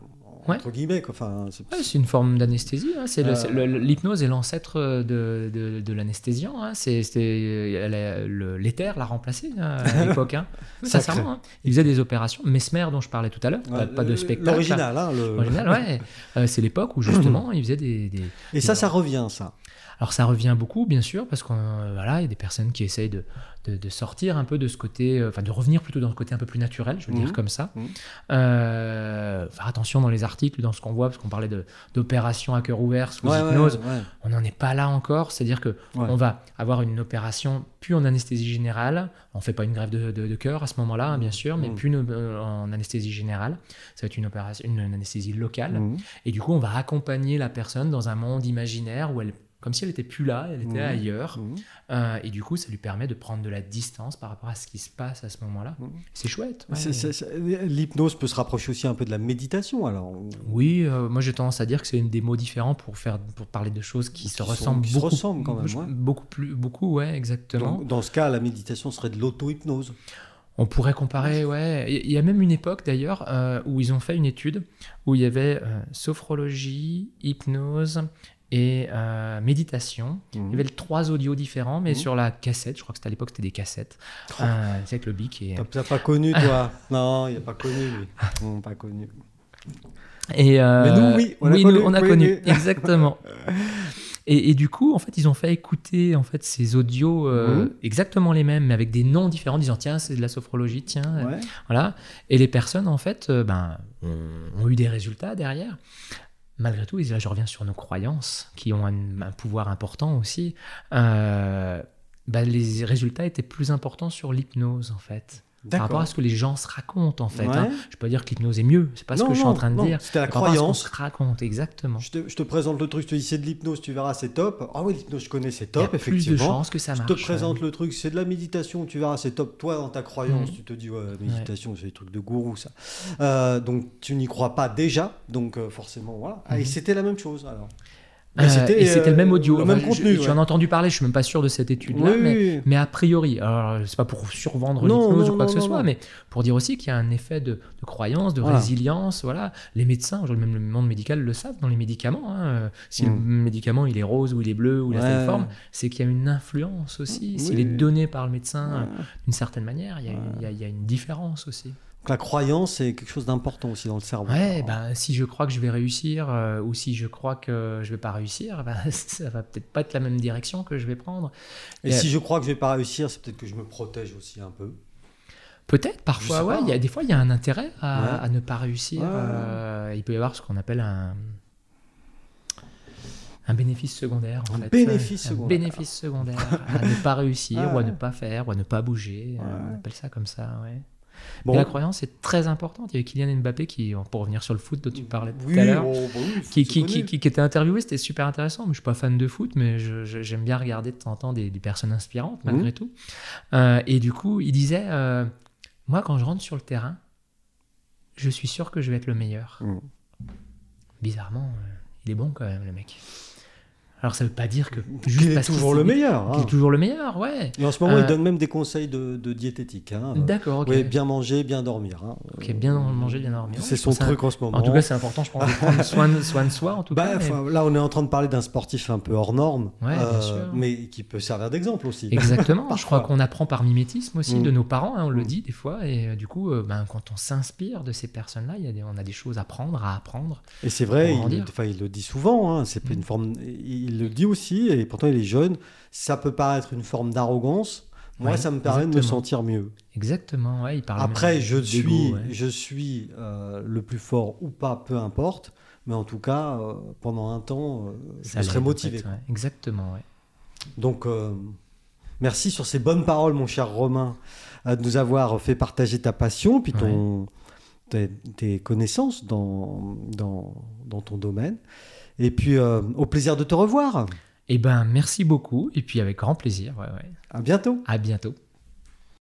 entre guillemets. Quoi. Enfin, c'est une forme d'anesthésie. Hein. L'hypnose est l'ancêtre de l'anesthésiant. Hein. L'éther l'a remplacé à l'époque. Hein. Sincèrement. Hein. Il faisait des opérations. Mesmer, dont je parlais tout à l'heure, pas de spectacle. L'original. Hein, L'original, ouais. C'est l'époque où justement il faisait des... Et ça revient, ça. Alors ça revient beaucoup, bien sûr, parce qu'il y a des personnes qui essayent de sortir un peu de ce côté, de revenir plutôt dans le côté un peu plus naturel, je veux dire comme ça. Faire attention dans les articles, dans ce qu'on voit, parce qu'on parlait d'opération à cœur ouvert sous hypnose. On n'en est pas là encore, c'est-à-dire qu'on va avoir une opération plus en anesthésie générale. On ne fait pas une greffe de cœur à ce moment-là, hein, bien sûr, mais plus en anesthésie générale. Ça va être une anesthésie locale. Et du coup, on va accompagner la personne dans un monde imaginaire où comme si elle n'était plus là, elle était ailleurs. Et du coup, ça lui permet de prendre de la distance par rapport à ce qui se passe à ce moment-là. C'est chouette. Ouais. L'hypnose peut se rapprocher aussi un peu de la méditation, alors. Oui, moi j'ai tendance à dire que c'est des mots différents pour parler de choses qui se ressemblent quand même. Beaucoup, ouais, exactement. Dans ce cas, la méditation serait de l'auto-hypnose. On pourrait comparer, ouais. Il y a même une époque d'ailleurs où ils ont fait une étude où il y avait sophrologie, hypnose et méditation. Il y avait 3 audios différents, mais sur la cassette, je crois que c'était à l'époque, c'était des cassettes. C'est avec le bic. T'as pas connu, toi? Non, il n'a pas connu, lui. Non, pas connu. Et mais nous, oui, on a connu. Exactement. Et du coup, en fait, ils ont fait écouter ces audios exactement les mêmes, mais avec des noms différents, disant tiens, c'est de la sophrologie, tiens, voilà. Et les personnes, en fait, ont eu des résultats derrière. Malgré tout, et là je reviens sur nos croyances qui ont un pouvoir important aussi, les résultats étaient plus importants sur l'hypnose en fait. Par rapport à ce que les gens se racontent en fait. Hein. Je ne peux pas dire que l'hypnose est mieux, c'est pas ce que je suis en train de dire. C'était la croyance. Ce qu'on se raconte, exactement. Je te présente le truc, je te dis c'est de l'hypnose, tu verras, c'est top. Ah oui, l'hypnose, je connais, c'est top, il y a effectivement. Plus de chances que ça marche. Je te présente le truc, c'est de la méditation, tu verras, c'est top. Toi, dans ta croyance, tu te dis, méditation, c'est des trucs de gourou, ça. Donc, tu n'y crois pas déjà, donc forcément, voilà. Et c'était la même chose, alors. Et c'était le même audio, le même contenu. J'en ai entendu parler, je suis même pas sûr de cette étude-là, mais a priori, alors c'est pas pour survendre l'hypnose ou quoi que ce soit, mais pour dire aussi qu'il y a un effet de croyance, de résilience, voilà. Les médecins, même le monde médical le savent dans les médicaments. Hein. Si le médicament il est rose ou il est bleu ou il a telle forme, c'est qu'il y a une influence aussi. S'il est donné par le médecin d'une certaine manière, il y a une différence aussi. La croyance, c'est quelque chose d'important aussi dans le cerveau. Ouais, si je crois que je vais réussir ou si je crois que je vais pas réussir, ça va peut-être pas être la même direction que je vais prendre. Et si je crois que je vais pas réussir, c'est peut-être que je me protège aussi un peu. Peut-être, parfois, des fois, il y a un intérêt à ne pas réussir. Il peut y avoir ce qu'on appelle un bénéfice secondaire. Un bénéfice secondaire à ne pas réussir ou à ne pas faire ou à ne pas bouger. On appelle ça comme ça, ouais. Bon. Mais la croyance est très importante. Il y avait Kylian Mbappé qui, pour revenir sur le foot dont tu parlais tout à l'heure, qui était interviewé, c'était super intéressant. Je ne suis pas fan de foot, mais j'aime bien regarder de temps en temps des personnes inspirantes malgré tout. Et du coup, il disait, moi quand je rentre sur le terrain, je suis sûr que je vais être le meilleur. Bizarrement, il est bon quand même le mec. Alors ça veut pas dire que juste il est toujours le meilleur. Il est toujours le meilleur, ouais. Et en ce moment, il donne même des conseils de diététique. Hein. D'accord, ok. Oui, bien manger, bien dormir. Hein. Ok, bien manger, bien dormir. C'est son truc en ce moment. En tout cas, c'est important, je pense, de prendre soin de soi, en tout cas. Mais... Là, on est en train de parler d'un sportif un peu hors norme, bien sûr. mais qui peut servir d'exemple aussi. Exactement. Je crois qu'on apprend par mimétisme aussi de nos parents, hein, on le dit des fois. Et du coup, quand on s'inspire de ces personnes-là, on a des choses à apprendre. Et c'est vrai, il le dit souvent. Hein, c'est une forme. Il le dit aussi. Et pourtant, il est jeune. Ça peut paraître une forme d'arrogance. Moi, ça me permet de me sentir mieux. Exactement, ouais, il parle. Après, je suis le plus fort ou pas, peu importe. Mais en tout cas, pendant un temps, je serai motivé. En fait, exactement, ouais. Donc, merci sur ces bonnes paroles, mon cher Romain, de nous avoir fait partager ta passion, puis tes connaissances dans ton domaine. Et puis, au plaisir de te revoir. Merci beaucoup. Et puis, avec grand plaisir. Ouais. À bientôt. À bientôt.